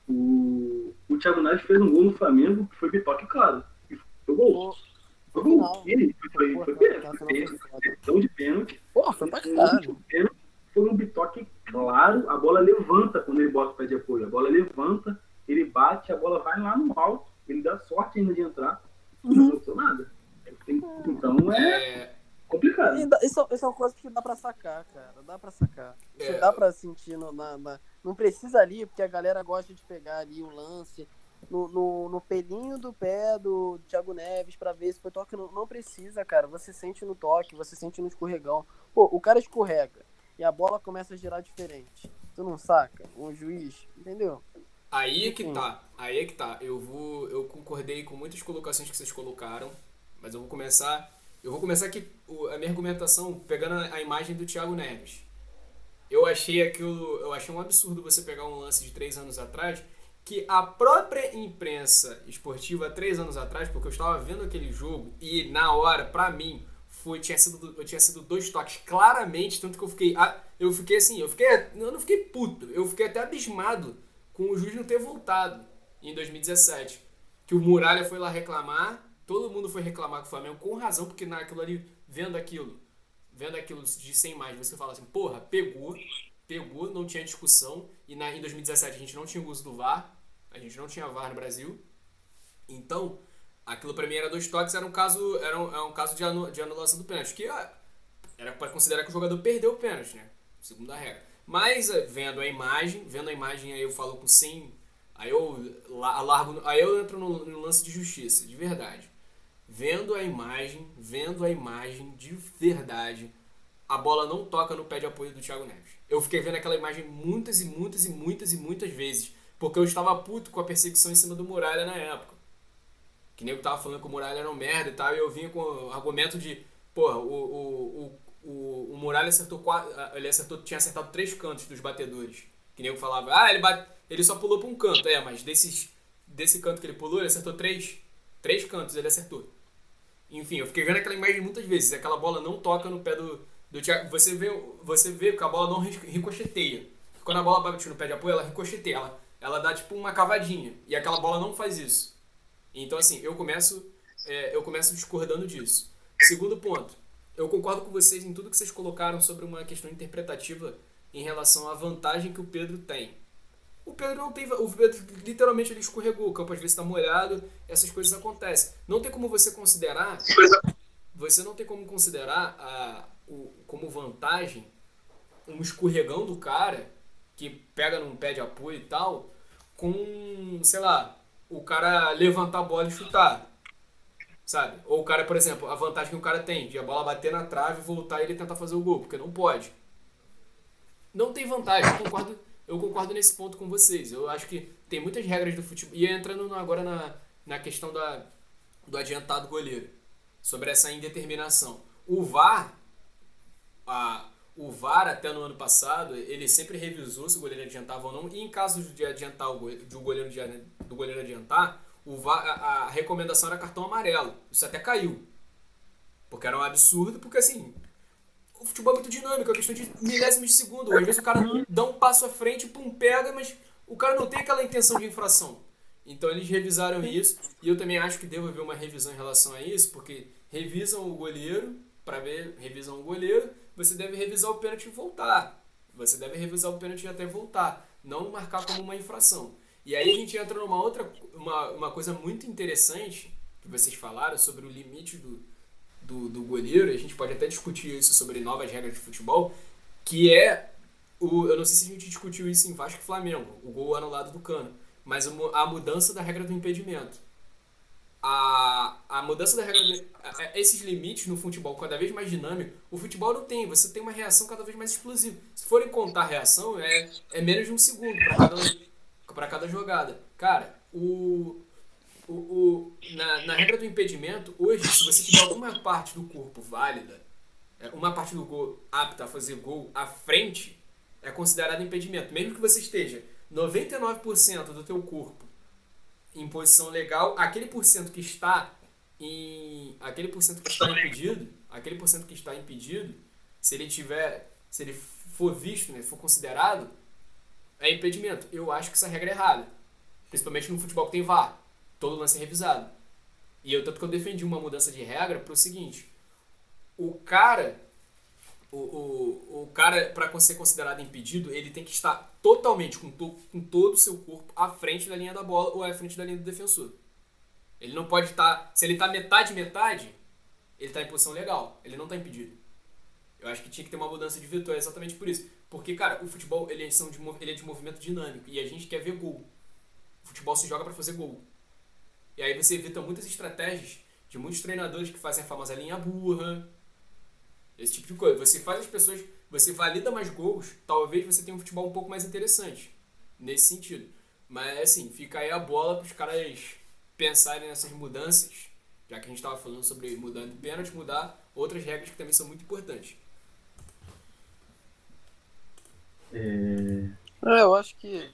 o, o Thiago Neves fez um gol no Flamengo que foi bitoque claro. E foi gol. Foi gol. Final. Ele foi, foi, Pô, foi, aquela final foi, foi foda. decisão de pênalti. Pô, foi pra Um caralho. último pênalti, foi um bitoque claro, a bola levanta quando ele bota o pé de apoio. A bola levanta, ele bate, a bola vai lá no alto, ele dá sorte ainda de entrar, e não aconteceu nada. Tem- Então é É, complicado. E dá- Isso, isso é uma coisa que dá pra sacar, cara. Dá pra sacar. Isso É. dá pra sentir no- na, na- Não precisa ali, porque a galera gosta de pegar ali o lance no, no, no pelinho do pé do Thiago Neves pra ver se foi toque. Não, não precisa, cara. Você sente no toque, você sente no escorregão. Pô, o cara escorrega e a bola começa a girar diferente. Tu não saca? Um juiz, entendeu? aí é que Enfim. tá. Aí é que tá. Eu vou. Eu concordei com muitas colocações que vocês colocaram, mas eu vou começar. Eu vou começar aqui o- a minha argumentação pegando a, a imagem do Thiago Neves. Eu achei aquilo. Eu achei um absurdo você pegar um lance de três anos atrás, que a própria imprensa esportiva há três anos atrás, porque eu estava vendo aquele jogo e na hora, pra mim, foi, tinha sido, eu tinha sido dois toques claramente, tanto que eu fiquei. ah, Eu fiquei assim, eu fiquei. Eu não fiquei puto, eu fiquei até abismado com o juiz não ter voltado em dois mil e dezessete. Que o Muralha foi lá reclamar, todo mundo foi reclamar com o Flamengo com razão, porque naquilo ali, vendo aquilo, vendo aquilo de sem mais, você fala assim, porra, pegou, pegou, não tinha discussão, e na, em dois mil e dezessete a gente não tinha o uso do V A R, a gente não tinha V A R no Brasil, então, aquilo pra mim era dois toques, era um caso, era um, era um caso de, anu, de anulação do pênalti, que ah, era pra considerar que o jogador perdeu o pênalti, né, segundo a regra. Mas, eh, vendo a imagem, vendo a imagem, aí eu falo com sem, aí eu la- largo, aí eu entro no, no lance de justiça, de verdade. Vendo a imagem, vendo a imagem de verdade, a bola não toca no pé de apoio do Thiago Neves. Eu fiquei vendo aquela imagem muitas e muitas e muitas e muitas vezes, porque eu estava puto com a perseguição em cima do Muralha na época. Que nego tava falando que o Muralha era um merda e tal, e eu vinha com o argumento de, porra, o, o, o, o, o Muralha acertou quatro, ele acertou, tinha acertado três cantos dos batedores. Que nego falava, ah, ele, bate, ele só pulou pra um canto, é, mas desses, desse canto que ele pulou, ele acertou três, três cantos, ele acertou. Enfim, eu fiquei vendo aquela imagem muitas vezes. Aquela bola não toca no pé do, do Thiago. Você vê, você vê que a bola não ricocheteia. Quando a bola bate no pé de apoio, ela ricocheteia. Ela, ela dá tipo uma cavadinha. E aquela bola não faz isso. Então, assim, eu começo, é, eu começo discordando disso. Segundo ponto. Eu concordo com vocês em tudo que vocês colocaram sobre uma questão interpretativa em relação à vantagem que o Pedro tem. O Pedro não tem. O Pedro literalmente ele escorregou, o campo às vezes está molhado, essas coisas acontecem. Não tem como você considerar. Você não tem como considerar a, o, como vantagem um escorregão do cara que pega num pé de apoio e tal, com, sei lá, o cara levantar a bola e chutar. Sabe? Ou o cara, por exemplo, a vantagem que o cara tem de a bola bater na trave, voltar e ele tentar fazer o gol, porque não pode. Não tem vantagem, eu concordo, eu concordo nesse ponto com vocês. Eu acho que tem muitas regras do futebol. E entrando agora na, na questão da, do adiantado goleiro, sobre essa indeterminação. O V A R, a, o V A R até no ano passado, ele sempre revisou se o goleiro adiantava ou não. E em caso de adiantar o goleiro, de o goleiro, do goleiro adiantar, o V A R, a, a recomendação era cartão amarelo. Isso até caiu. Porque era um absurdo, porque assim, o futebol é muito dinâmico, é questão de milésimos de segundo. Às vezes o cara dá um passo à frente, pum, pega, mas o cara não tem aquela intenção de infração. Então eles revisaram isso, e eu também acho que deve haver uma revisão em relação a isso, porque revisam o goleiro, para ver, revisam o goleiro, você deve revisar o pênalti e voltar. Você deve revisar o pênalti até voltar, não marcar como uma infração. E aí a gente entra numa outra, uma, uma coisa muito interessante, que vocês falaram sobre o limite do, do, do goleiro, e a gente pode até discutir isso sobre novas regras de futebol, que é, o, eu não sei se a gente discutiu isso em Vasco e Flamengo, o gol anulado do Cano, mas a mudança da regra do impedimento. A, a mudança da regra do, a, esses limites no futebol cada vez mais dinâmico, o futebol não tem, você tem uma reação cada vez mais explosiva. Se forem contar a reação, é, é menos de um segundo para cada, para cada jogada. Cara, o, o, o, na, na regra do impedimento, hoje, se você tiver alguma parte do corpo válida, uma parte do gol apta a fazer gol à frente, é considerado impedimento. Mesmo que você esteja noventa e nove por cento do teu corpo em posição legal, aquele por cento que está em aquele por cento que está impedido, aquele por cento que está impedido, se ele tiver, se ele for visto, né, for considerado, é impedimento. Eu acho que essa regra é errada, principalmente no futebol que tem V A R, todo lance é revisado. E eu tanto que eu defendi uma mudança de regra para o seguinte: o cara O, o, o cara, para ser considerado impedido, ele tem que estar totalmente com, to, com todo o seu corpo à frente da linha da bola ou à frente da linha do defensor. Ele não pode estar... Se ele está metade, metade, ele está em posição legal. Ele não está impedido. Eu acho que tinha que ter uma mudança de vetor exatamente por isso. Porque, cara, o futebol ele é, de, ele é de movimento dinâmico e a gente quer ver gol. O futebol se joga para fazer gol. E aí você evita muitas estratégias de muitos treinadores que fazem a famosa linha burra, esse tipo de coisa. Você faz as pessoas... Você valida mais gols, talvez você tenha um futebol um pouco mais interessante. Nesse sentido. Mas, assim, fica aí a bola para os caras pensarem nessas mudanças. Já que a gente estava falando sobre mudando de pênalti, mudar outras regras que também são muito importantes. É, eu acho que...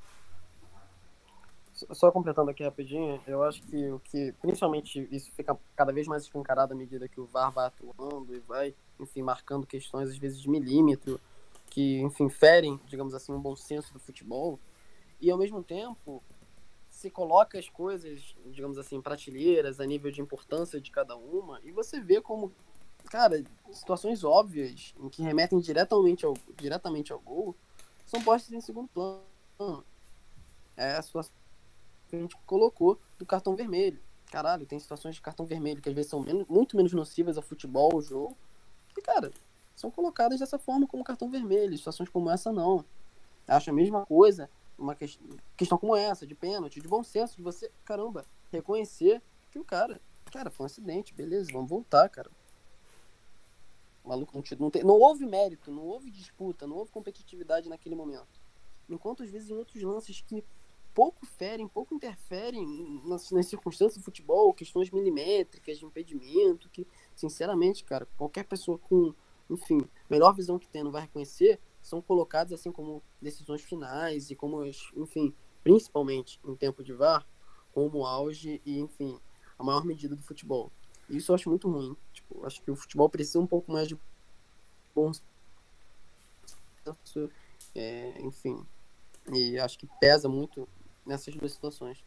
Só completando aqui rapidinho, eu acho que o que, principalmente, isso fica cada vez mais escancarado à medida que o V A R vai atuando e vai, enfim, marcando questões, às vezes, de milímetro, que, enfim, ferem, digamos assim, um bom senso do futebol. E, ao mesmo tempo, se coloca as coisas, digamos assim, em prateleiras, a nível de importância de cada uma, e você vê como, cara, situações óbvias, em que remetem diretamente ao, diretamente ao gol, são postas em segundo plano. É a situação que a gente colocou do cartão vermelho. Caralho, tem situações de cartão vermelho que às vezes são menos, muito menos nocivas ao futebol, ao jogo, que, cara, são colocadas dessa forma como cartão vermelho. Situações como essa, não. Acho a mesma coisa, uma que, questão como essa, de pênalti, de bom senso, de você, caramba, reconhecer que o cara, cara, foi um acidente, beleza, vamos voltar, cara. O maluco não, não, tem, não houve mérito, não houve disputa, não houve competitividade naquele momento. Enquanto, às vezes, em outros lances que pouco ferem, pouco interferem nas, nas circunstâncias do futebol, questões milimétricas de impedimento, que, sinceramente, cara, qualquer pessoa com, enfim, melhor visão que tem não vai reconhecer, são colocadas assim como decisões finais e como, enfim, principalmente em tempo de V A R, como auge e, enfim, a maior medida do futebol. Isso eu acho muito ruim. Tipo, acho que o futebol precisa um pouco mais de bom senso, é, enfim. E acho que pesa muito nessas duas situações.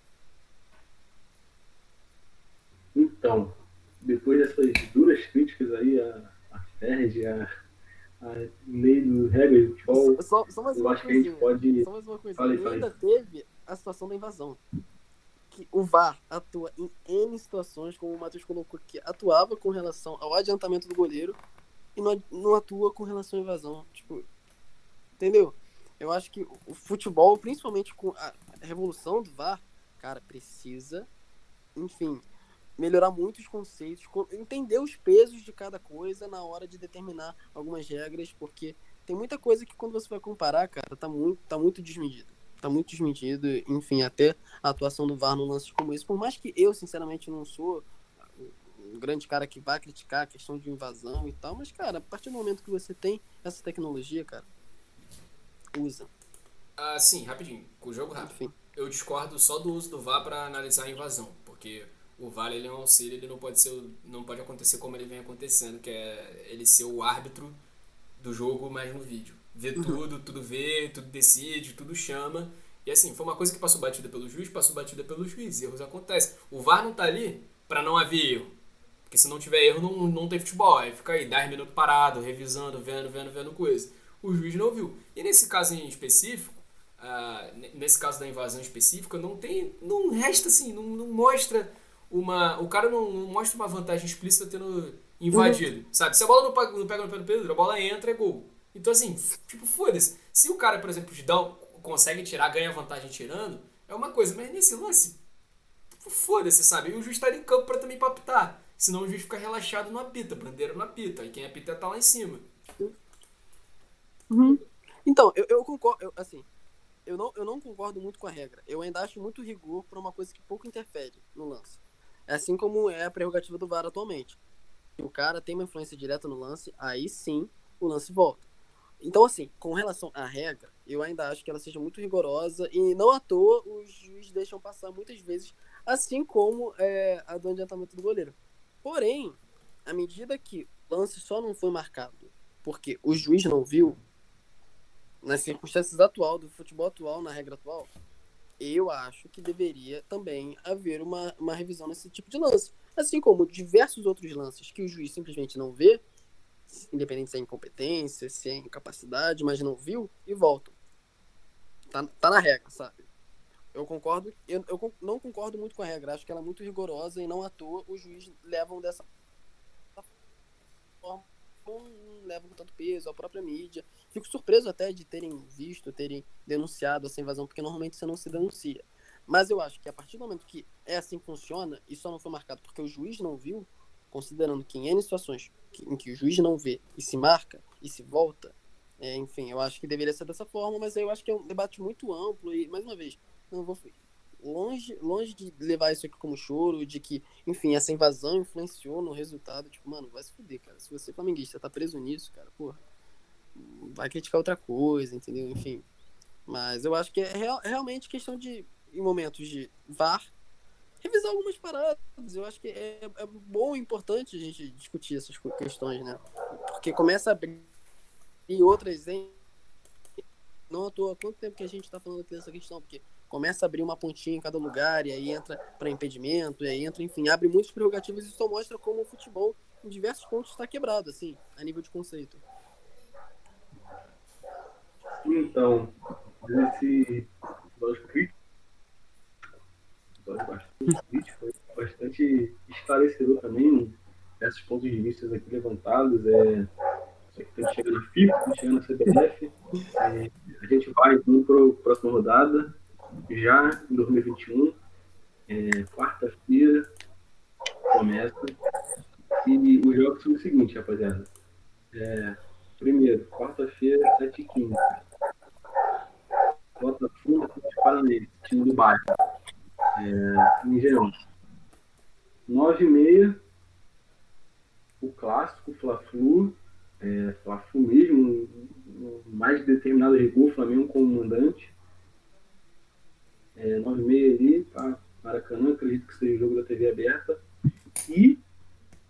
Então, depois dessas duras críticas aí à, à F E R J, à, à lei do regras do futebol, Só, só, só mais eu uma acho que a gente coisinha. pode... Só mais uma coisinha. Falei, E falei. ainda teve a situação da invasão. Que o V A R atua em N situações, como o Matheus colocou aqui, atuava com relação ao adiantamento do goleiro e não, não atua com relação à invasão. Tipo, entendeu? Eu acho que o futebol, principalmente com a revolução do V A R, cara, precisa, enfim, melhorar muito os conceitos, entender os pesos de cada coisa na hora de determinar algumas regras, porque tem muita coisa que quando você vai comparar, cara, tá muito, tá muito desmedido. Tá muito desmedido, enfim, até a atuação do V A R num lance como esse. Por mais que eu, sinceramente, não sou um grande cara que vai criticar a questão de invasão e tal, mas, cara, a partir do momento que você tem essa tecnologia, cara, usa. Ah, sim, rapidinho, com o jogo rápido. Enfim. Eu discordo só do uso do V A R para analisar a invasão, porque o V A R ele é um auxílio, ele não pode ser, não pode acontecer como ele vem acontecendo, que é ele ser o árbitro do jogo, mas no vídeo. Vê Uhum. tudo, tudo vê, tudo decide, tudo chama. E assim, foi uma coisa que passou batida pelo juiz, passou batida pelo juiz. Erros acontecem. O V A R não tá ali pra não haver erro. Porque se não tiver erro, não, não tem futebol. Aí fica aí dez minutos parado, revisando, vendo, vendo, vendo coisa. O juiz não viu. E nesse caso em específico, uh, nesse caso da invasão específica, não tem. Não resta assim, não, não mostra uma. O cara não, não mostra uma vantagem explícita tendo invadido. Uhum. Sabe? Se a bola não pega, não pega no pé do Pedro, a bola entra, é gol. Então, assim, tipo, foda-se. Se o cara, por exemplo, de dar, consegue tirar, ganha vantagem tirando, é uma coisa. Mas nesse lance, tipo, foda-se, sabe? E o juiz tá ali em campo pra também apitar. Senão o juiz fica relaxado no apita, bandeira no apita. E quem apita tá lá em cima. Uhum. Então, eu, eu concordo, eu, assim, eu não, eu não concordo muito com a regra. Eu ainda acho muito rigor pra uma coisa que pouco interfere no lance. Assim como é a prerrogativa do V A R atualmente. Se o cara tem uma influência direta no lance, aí sim o lance volta. Então, assim, com relação à regra, eu ainda acho que ela seja muito rigorosa e não à toa os juízes deixam passar muitas vezes, assim como é, a do adiantamento do goleiro. Porém, à medida que o lance só não foi marcado porque o juiz não viu, nas circunstâncias atual do futebol atual, na regra atual, eu acho que deveria também haver uma, uma revisão nesse tipo de lance. Assim como diversos outros lances que o juiz simplesmente não vê, independente se é incompetência, se é incapacidade, mas não viu, e voltam. Tá, tá na regra, sabe? Eu concordo, eu, eu não concordo muito com a regra, acho que ela é muito rigorosa e não à toa os juízes levam dessa forma, não levam com tanto peso, a própria mídia. Fico surpreso até de terem visto, terem denunciado essa invasão, porque normalmente você não se denuncia. Mas eu acho que a partir do momento que é assim que funciona, e só não foi marcado porque o juiz não viu, considerando que em N situações em que o juiz não vê e se marca e se volta, é, enfim, eu acho que deveria ser dessa forma, mas eu acho que é um debate muito amplo e, mais uma vez, não vou longe, longe de levar isso aqui como choro, de que, enfim, essa invasão influenciou no resultado, tipo, mano, vai se fuder, cara, se você é flamenguista, tá preso nisso, cara, porra, vai criticar outra coisa, entendeu, enfim, mas eu acho que é real, realmente questão de, em momentos de V A R, revisar algumas paradas. Eu acho que é, é bom e importante a gente discutir essas questões, né? Porque começa a abrir outras, hein? Não à toa, quanto tempo que a gente tá falando aqui dessa questão? Porque começa a abrir uma pontinha em cada lugar, e aí entra para impedimento, e aí entra, enfim, abre muitas prerrogativas e isso só mostra como o futebol, em diversos pontos, está quebrado, assim, a nível de conceito. Então, nesse episódio crítico, bastante crítico, bastante esclarecedor também, esses pontos de vista aqui levantados. É, isso aqui tem que chegar na FIFA, tem que chegar na C B F. É, a gente vai então para a próxima rodada, já em dois mil e vinte e um, é, quarta-feira, começa. E os jogos são o seguinte, rapaziada. É, primeiro, quarta-feira, sete e quinze. Botafogo contra o Paranense, time do bairro. É, em Engenhão. nove e meia, o clássico, Fla-Flu. É, Fla-Flu mesmo, no mais determinado rigor, Flamengo como mandante. É, nove e meia ali, tá? Maracanã, acredito que seja o jogo da T V aberta. E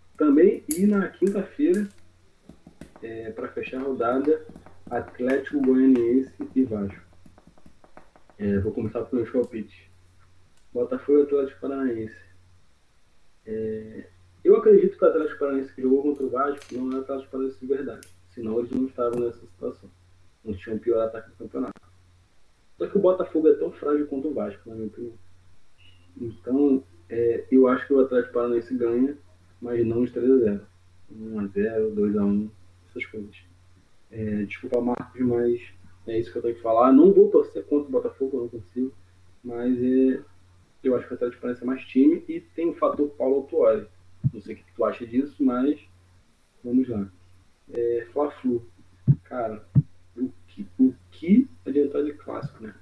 E na quinta-feira, é, para fechar a rodada, Atlético Goianiense e Vasco. É, vou começar pelos palpites. Botafogo e Atlético Paranaense. É, eu acredito que o Atlético Paranaense que jogou contra o Vasco não é o Atlético Paranaense de verdade. Senão eles não estavam nessa situação. Não tinham o pior ataque do campeonato. Só que o Botafogo é tão frágil quanto o Vasco, na minha opinião. Então, é, eu acho que o Atlético Paranaense ganha, mas não de três a zero. um a zero, dois a um, essas coisas. É, desculpa, Marcos, mas é isso que eu tenho que falar. Não vou torcer contra o Botafogo, eu não consigo. Mas é, eu acho que o Atlético Paranaense é mais time e tem o fator Paulo Autuori. Não sei o que tu acha disso, mas vamos lá. É, Fla-Flu. Cara, o que, o que adiantar de clássico, né?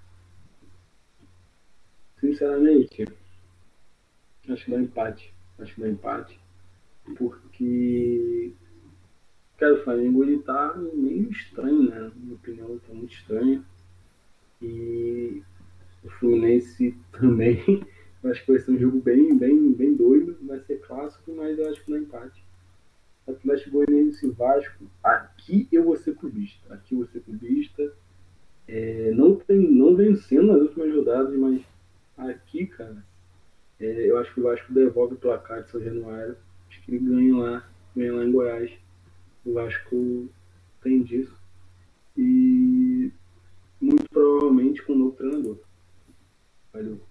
Sinceramente, acho que dá empate. Acho que dá empate. Porque, cara, o Flamengo ele tá meio estranho, né? Na minha opinião, tá muito estranho. E o Fluminense também. Eu acho que vai ser um jogo bem, bem, bem doido. Vai ser clássico, mas eu acho que dá empate. Atlético Goianiense e Vasco. Aqui eu vou ser clubista. Aqui eu vou ser clubista. É, não, tem, não vencendo nas últimas rodadas, mas aqui, cara, é, eu acho que o Vasco devolve o placar de São Januário. Acho que ele ganha lá, ganha lá em Goiás. O Vasco tem disso. E muito provavelmente com um novo treinador. Valeu.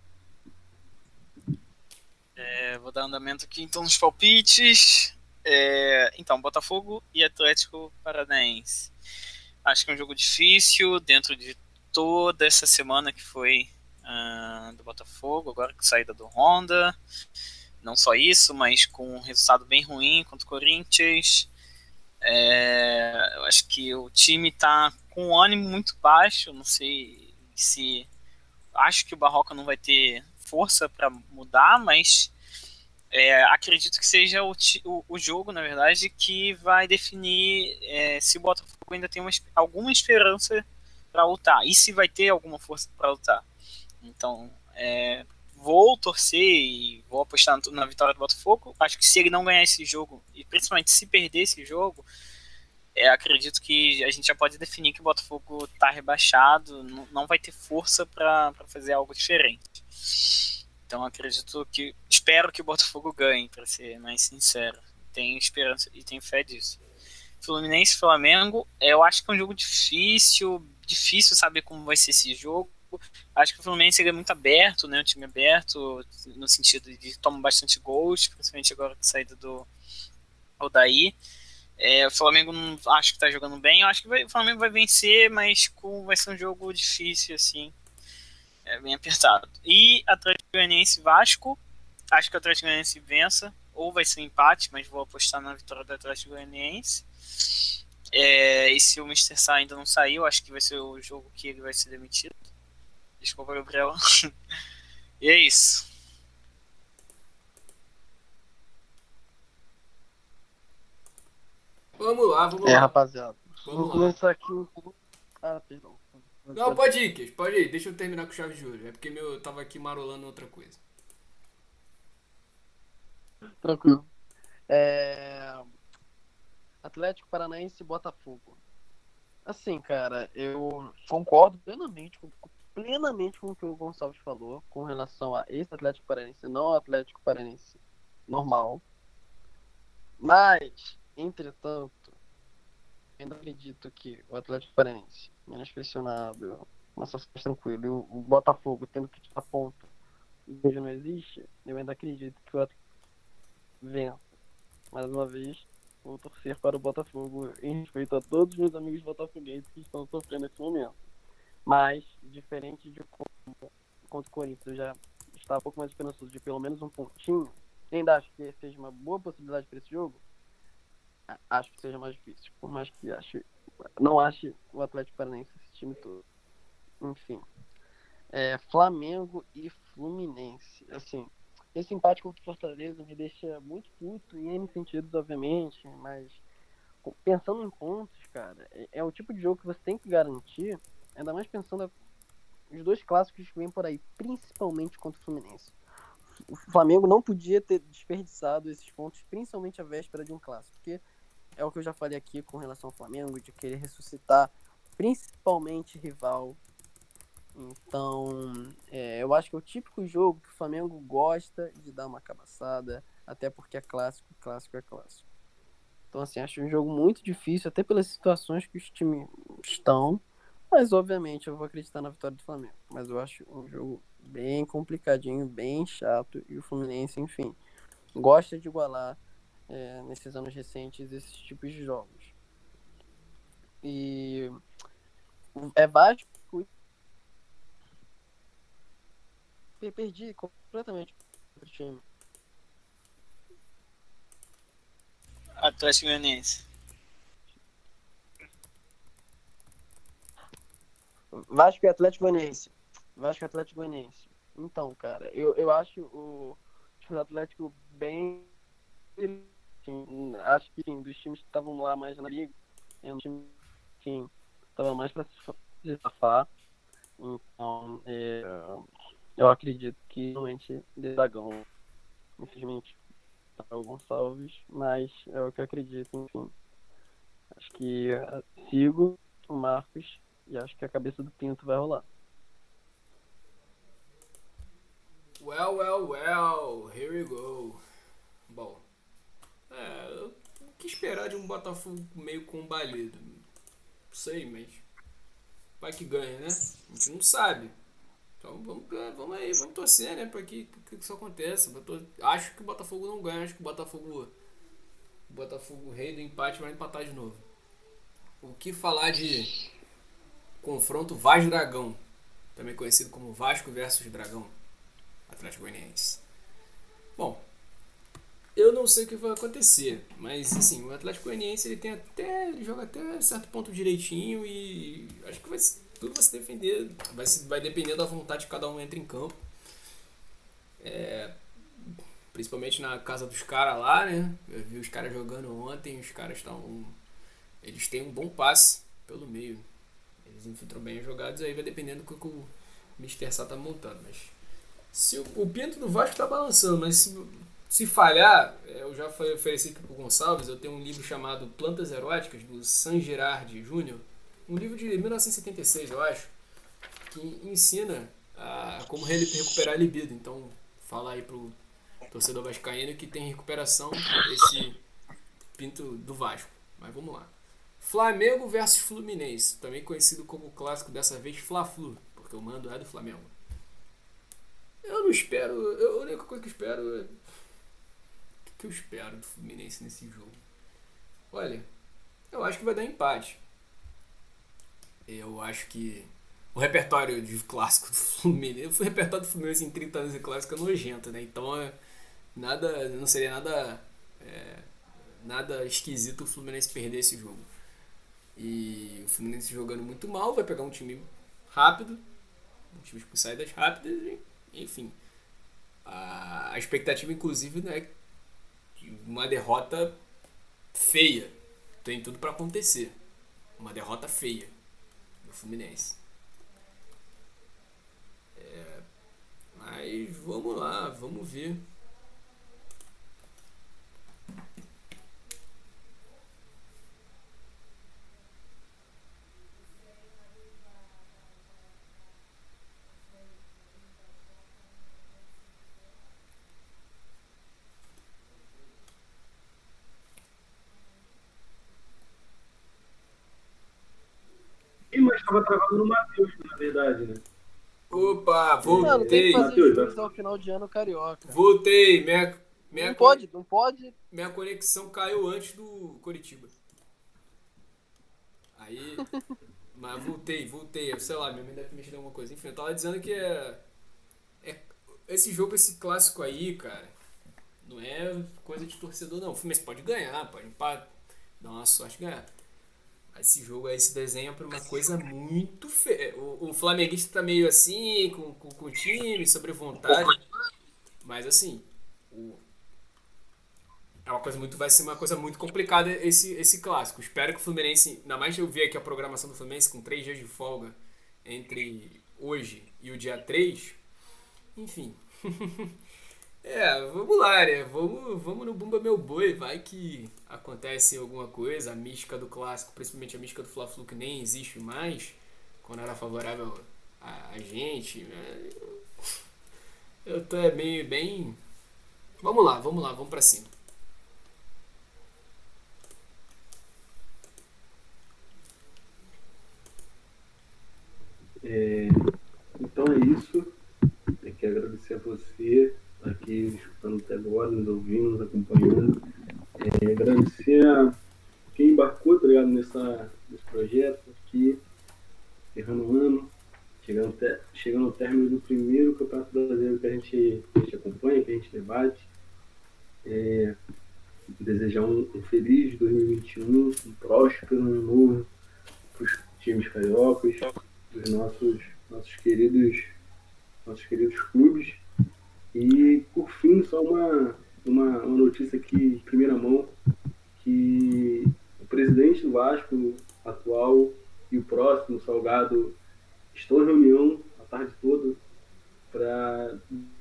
É, vou dar andamento aqui então nos palpites. É, então, Botafogo e Atlético Paranaense. Acho que é um jogo difícil dentro de toda essa semana que foi uh, do Botafogo, agora com a saída do Honda. Não só isso, mas com um resultado bem ruim contra o Corinthians. É, eu acho que o time está com um ânimo muito baixo. Não sei se... Acho que o Barroca não vai ter força para mudar, mas é, acredito que seja o, o, o jogo, na verdade, que vai definir é, se o Botafogo ainda tem uma, alguma esperança para lutar e se vai ter alguma força para lutar. Então, é, vou torcer e vou apostar na vitória do Botafogo. Acho que se ele não ganhar esse jogo, e principalmente se perder esse jogo, é, acredito que a gente já pode definir que o Botafogo está rebaixado, não, não vai ter força para fazer algo diferente. Então acredito que, espero que o Botafogo ganhe, para ser mais sincero. Tenho esperança e tenho fé disso. Fluminense e Flamengo, eu acho que é um jogo difícil, difícil saber como vai ser esse jogo. Acho que o Fluminense é muito aberto, né, um time aberto, no sentido de tomar bastante gols, principalmente agora com a saída do Odair. É, o Flamengo não acho que tá jogando bem. Eu acho que vai, o Flamengo vai vencer, mas com, vai ser um jogo difícil, assim. É bem apertado. E Atlético Goianiense e Vasco. Acho que o Atlético Goianiense vença. Ou vai ser um empate, mas vou apostar na vitória do Atlético Goianiense. É, e se o mister Sá ainda não saiu, acho que vai ser o jogo que ele vai ser demitido. Desculpa, Gabriel. E é isso. Vamos lá, vamos É, lá. rapaziada. Vamos Vou lá. começar aqui um pouco. Ah, perdão. Não, pode ir, Kiss, pode ir. Deixa eu terminar com chave de ouro. É porque meu, eu tava aqui marolando outra coisa. Tranquilo. É... Atlético Paranaense e Botafogo. Assim, cara, eu concordo plenamente com, plenamente com o que o Gonçalves falou com relação a esse Atlético Paranaense, não o Atlético Paranaense normal. Mas, entretanto, ainda acredito que o Atlético Paranaense, menos pressionado, mais tranquilo, e o, o Botafogo tendo que tirar ponto e hoje não existe, eu ainda acredito que o Atlético vença. Mais uma vez, vou torcer para o Botafogo em respeito a todos os meus amigos botafoguenses que estão sofrendo nesse momento. Mas, diferente de como contra o Corinthians, eu já estava um pouco mais esperançoso de pelo menos um pontinho. Ainda acho que seja uma boa possibilidade para esse jogo. Acho que seja mais difícil, por mais que ache, não ache o Atlético Paranaense esse time todo. Enfim, é, Flamengo e Fluminense. Assim, esse empate contra o Fortaleza me deixa muito puto em N sentidos, obviamente, mas pensando em pontos, cara, é, é o tipo de jogo que você tem que garantir, ainda mais pensando os dois clássicos que vêm por aí, principalmente contra o Fluminense. o Flamengo não podia ter desperdiçado esses pontos, principalmente a véspera de um clássico, porque é o que eu já falei aqui com relação ao Flamengo, de querer ressuscitar, principalmente rival. Então, é, eu acho que é o típico jogo que o Flamengo gosta de dar uma cabaçada, até porque é clássico, clássico é clássico. Então, assim, acho um jogo muito difícil, até pelas situações que os times estão, mas, obviamente, eu vou acreditar na vitória do Flamengo. Mas eu acho um jogo bem complicadinho, bem chato, e o Fluminense, enfim, gosta de igualar, é, nesses anos recentes, esses tipos de jogos. E é Vasco. Perdi completamente o time. Atlético Goianiense. Vasco e Atlético Goianiense. Vasco e Atlético Goianiense. Então, cara, eu, eu acho o time do Atlético bem. Assim, acho que sim, dos times que estavam lá mais na liga, é um time que estava mais para se safar. Então, é, eu acredito que realmente de Dragão, infelizmente, tá o Gonçalves, mas é o que eu acredito, enfim. Acho que uh, sigo o Marcos e acho que a cabeça do Pinto vai rolar. Well, well, well, here we go. Bom, é, eu- o que esperar de um Botafogo meio combalido? Não sei, mas vai que ganha, né? A gente não sabe. Então vamos, vamos aí, vamos torcer, né? Pra que, que isso aconteça. Eu tô- acho que o Botafogo não ganha, acho que o Botafogo, o Botafogo, o rei do empate, vai empatar de novo. O que falar de confronto Vasco-Dragão, também conhecido como Vasco versus Dragão, Atlético Goianiense. Bom, eu não sei o que vai acontecer, mas assim, o Atlético Goianiense ele tem até, ele joga até certo ponto direitinho e acho que vai, tudo vai se defender, vai, se, vai depender da vontade que cada um entra em campo. É, principalmente na casa dos caras lá, né? Eu vi os caras jogando ontem, os caras estão, eles têm um bom passe pelo meio, eles infiltram bem as jogadas, aí vai dependendo do que o mister Sá tá montando, mas se o, o Pinto do Vasco tá balançando, mas se, se falhar, é, eu já falei, ofereci aqui pro Gonçalves, eu tenho um livro chamado Plantas Eróticas, do San Gerard Júnior, um livro de mil novecentos e setenta e seis, eu acho, que ensina a como ele recuperar a libido. Então, fala aí pro torcedor vascaíno que tem recuperação esse Pinto do Vasco. Mas vamos lá. Flamengo versus Fluminense, também conhecido como o clássico dessa vez Fla-Flu, porque o mando é do Flamengo. Eu não espero, eu, a única coisa que eu espero é... O que eu espero do Fluminense nesse jogo? Olha, eu acho que vai dar empate. Eu acho que o repertório de clássico do Fluminense, o repertório do Fluminense em trinta anos de clássico é nojento, né? Então é nada, não seria nada é, nada esquisito o Fluminense perder esse jogo. E o Fluminense jogando muito mal, vai pegar um time rápido, um time com saídas rápidas, enfim. A, a expectativa, inclusive, né, é uma derrota feia. Tem tudo pra acontecer. Uma derrota feia do Fluminense. É, mas vamos lá, vamos ver. Ih, mas estava travado no Matheus, na verdade, né? Opa, Mano, tem que voltei. fazer Matheus, juros tá? ao final de ano carioca. Voltei. Minha, minha, Não pode, não pode. minha conexão caiu antes do Coritiba. Aí. Mas voltei, voltei. Sei lá, minha mãe deve ter mexido em alguma coisa. Enfim, eu tava dizendo que é. é esse jogo, esse clássico aí, cara, não é coisa de torcedor, não. O Fluminense pode ganhar, pode empatar, dar uma sorte de ganhar. Esse jogo aí se desenha pra uma coisa muito feia. O, o flamenguista tá meio assim, com, com, com o time, sobre vontade. Mas assim, o, é uma coisa muito, vai ser uma coisa muito complicada esse, esse clássico. Espero que o Fluminense, ainda mais eu vi aqui a programação do Fluminense com três dias de folga entre hoje e o dia três. Enfim. É, vamos lá, né? Vamos, vamos no Bumba Meu Boi. Vai que acontece alguma coisa. A mística do clássico, principalmente a mística do Fla-Flu, que nem existe mais, quando era favorável a, a gente. Né? Eu tô é meio bem. Vamos lá, vamos lá, vamos pra cima. É, então é isso. Eu quero agradecer a você aqui escutando até agora, nos ouvindo, nos acompanhando. É, agradecer a quem embarcou, tá ligado, nessa, nesse projeto aqui, errando um ano, chegando, até, chegando ao término do primeiro Campeonato Brasileiro que a gente, a gente acompanha, que a gente debate. É, desejar um, um feliz dois mil e vinte e um, um próspero ano novo para os times cariocas, dos nossos, nossos queridos nossos queridos clubes. E, por fim, só uma, uma, uma notícia aqui em primeira mão, que o presidente do Vasco atual e o próximo, o Salgado, estão em reunião a tarde toda para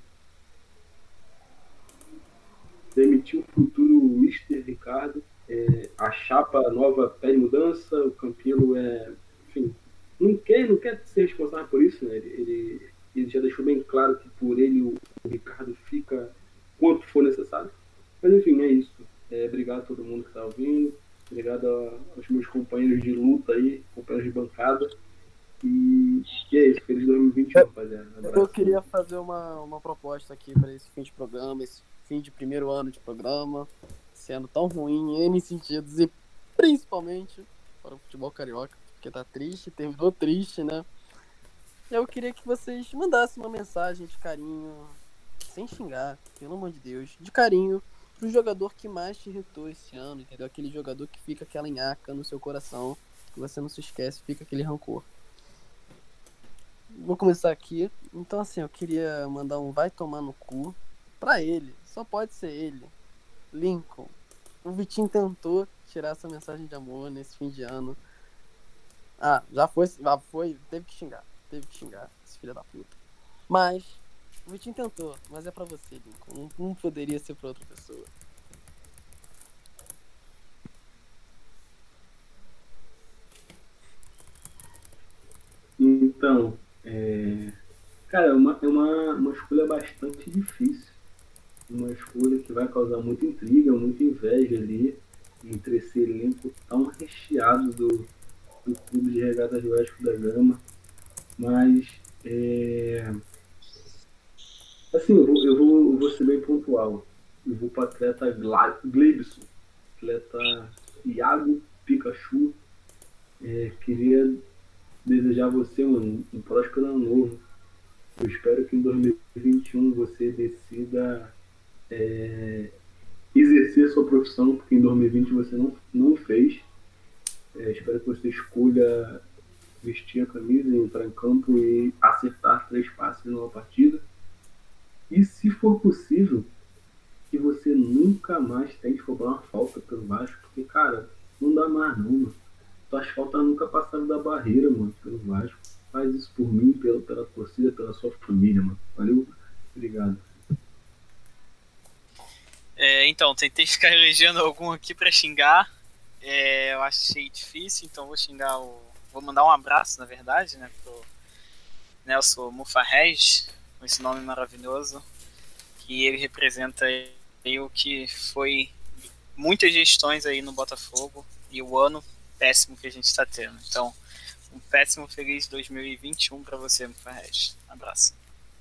demitir o futuro mister Ricardo. É, a chapa nova pede mudança, o Campelo é, enfim, não quer, não quer ser responsável por isso, né? Ele, ele, ele já deixou bem claro que por ele o, o Ricardo fica quanto for necessário. Mas enfim, é isso. É, obrigado a todo mundo que está ouvindo, obrigado a, aos meus companheiros de luta aí, companheiros de bancada. E, e é isso, feliz dois mil e vinte e um, rapaziada. Abraço. Eu queria fazer uma, uma proposta aqui para esse fim de programa, esse fim de primeiro ano de programa, sendo tão ruim em N sentidos e principalmente para o futebol carioca, porque tá triste, terminou triste, né? Eu queria que vocês mandassem uma mensagem de carinho, sem xingar, pelo amor de Deus, de carinho pro jogador que mais te irritou esse ano, entendeu? Aquele jogador que fica aquela nhaca no seu coração, que você não se esquece, fica aquele rancor. Vou começar aqui. Então, assim, eu queria mandar um vai tomar no cu pra ele. Só pode ser ele. Lincoln. O Vitinho tentou tirar essa mensagem de amor nesse fim de ano. Ah, já foi, já foi, teve que xingar. Teve que xingar, esse filho da puta. Mas, o Vitinho tentou, mas é pra você, Lincoln. Não, não poderia ser pra outra pessoa. Então, é... cara, é uma, é uma, uma escolha bastante difícil. Uma escolha que vai causar muita intriga, muita inveja ali entre esse elenco tão recheado do, do Clube de Regatas Vasco da Gama. Mas, é... assim, eu vou, eu, vou, eu vou ser bem pontual. Eu vou para o atleta Gleibson, atleta Iago Pikachu. É, queria desejar a você um, um próspero ano novo. Eu espero que em dois mil e vinte e um você decida é, exercer a sua profissão, porque em dois mil e vinte você não, não fez. É, espero que você escolha vestir a camisa, entrar em campo e acertar três passes numa partida. E, se for possível, que você nunca mais tente cobrar uma falta pelo Vasco, porque, cara, não dá mais não, mano. Tuas faltas nunca passaram da barreira, mano, pelo Vasco. Faz isso por mim, pela, pela torcida, pela sua família, mano. Valeu? Obrigado. É, então, tentei ficar elegendo algum aqui pra xingar. É, eu achei difícil, então vou xingar o... Vou mandar um abraço, na verdade, né, pro Nelson Mufarrez, com esse nome maravilhoso, que ele representa aí o que foi muitas gestões aí no Botafogo e o ano péssimo que a gente está tendo. Então, um péssimo feliz dois mil e vinte e um para você, Mufarrez. Abraço.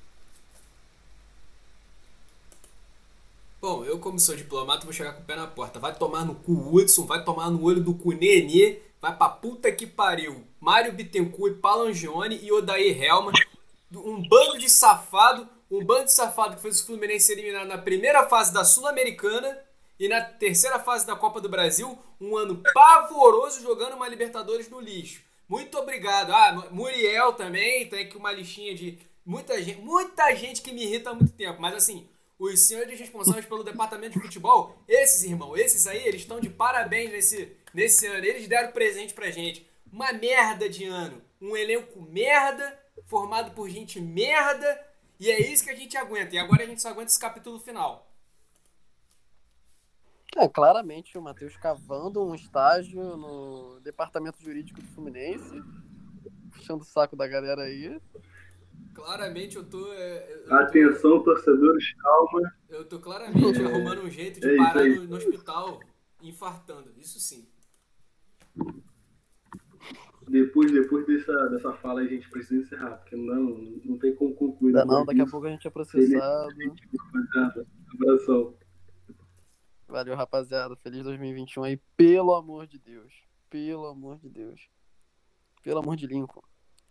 Bom, eu como sou diplomata vou chegar com o pé na porta. Vai tomar no cu Hudson, vai tomar no olho do cu Nenê, vai pra puta que pariu. Mário Bittencourt, Palangione e Odair Helman. Um bando de safado, um bando de safado que fez o Fluminense ser eliminado na primeira fase da Sul-Americana e na terceira fase da Copa do Brasil. Um ano pavoroso jogando uma Libertadores no lixo. Muito obrigado. Ah, Muriel também, tem aqui uma listinha de muita gente, muita gente que me irrita há muito tempo. Mas assim, os senhores responsáveis pelo departamento de futebol, esses, irmão, esses aí, eles estão de parabéns nesse, nesse ano. Eles deram presente pra gente. Uma merda de ano. Um elenco merda, formado por gente merda E é isso que a gente aguenta. E agora a gente só aguenta esse capítulo final. É, claramente o Matheus cavando um estágio no departamento jurídico do Fluminense, puxando o saco da galera aí. Claramente eu tô... é, eu tô- Atenção, torcedores, calma. Eu tô claramente arrumando um jeito de É isso parar aí. no, no hospital infartando. Isso sim. Depois, depois dessa, dessa fala, a gente precisa encerrar, porque não, não tem como concluir. Ainda não, depois daqui a disso. pouco a gente é processado. Rapaziada, abração. Valeu, rapaziada. Feliz dois mil e vinte e um aí, pelo amor de Deus. Pelo amor de Deus. Pelo amor de Lincoln.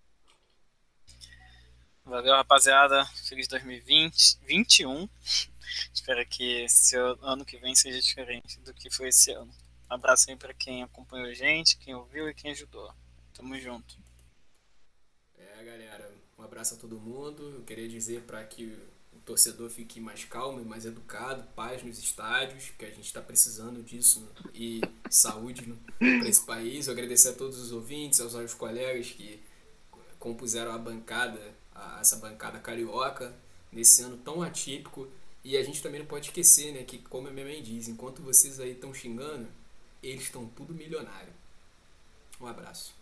Valeu, rapaziada. Feliz dois mil e vinte, vinte e um. Espero que esse ano que vem seja diferente do que foi esse ano. Um abraço aí pra quem acompanhou a gente, quem ouviu e quem ajudou. Tamo junto. É, galera, um abraço a todo mundo. Eu queria dizer para que o torcedor fique mais calmo e mais educado, paz nos estádios, que a gente está precisando disso, né? E saúde para esse país. Eu agradecer a todos os ouvintes, aos meus colegas que compuseram a bancada, a, essa bancada carioca, nesse ano tão atípico. E a gente também não pode esquecer, né, que, como a minha mãe diz, enquanto vocês aí estão xingando, eles estão tudo milionário. Um abraço.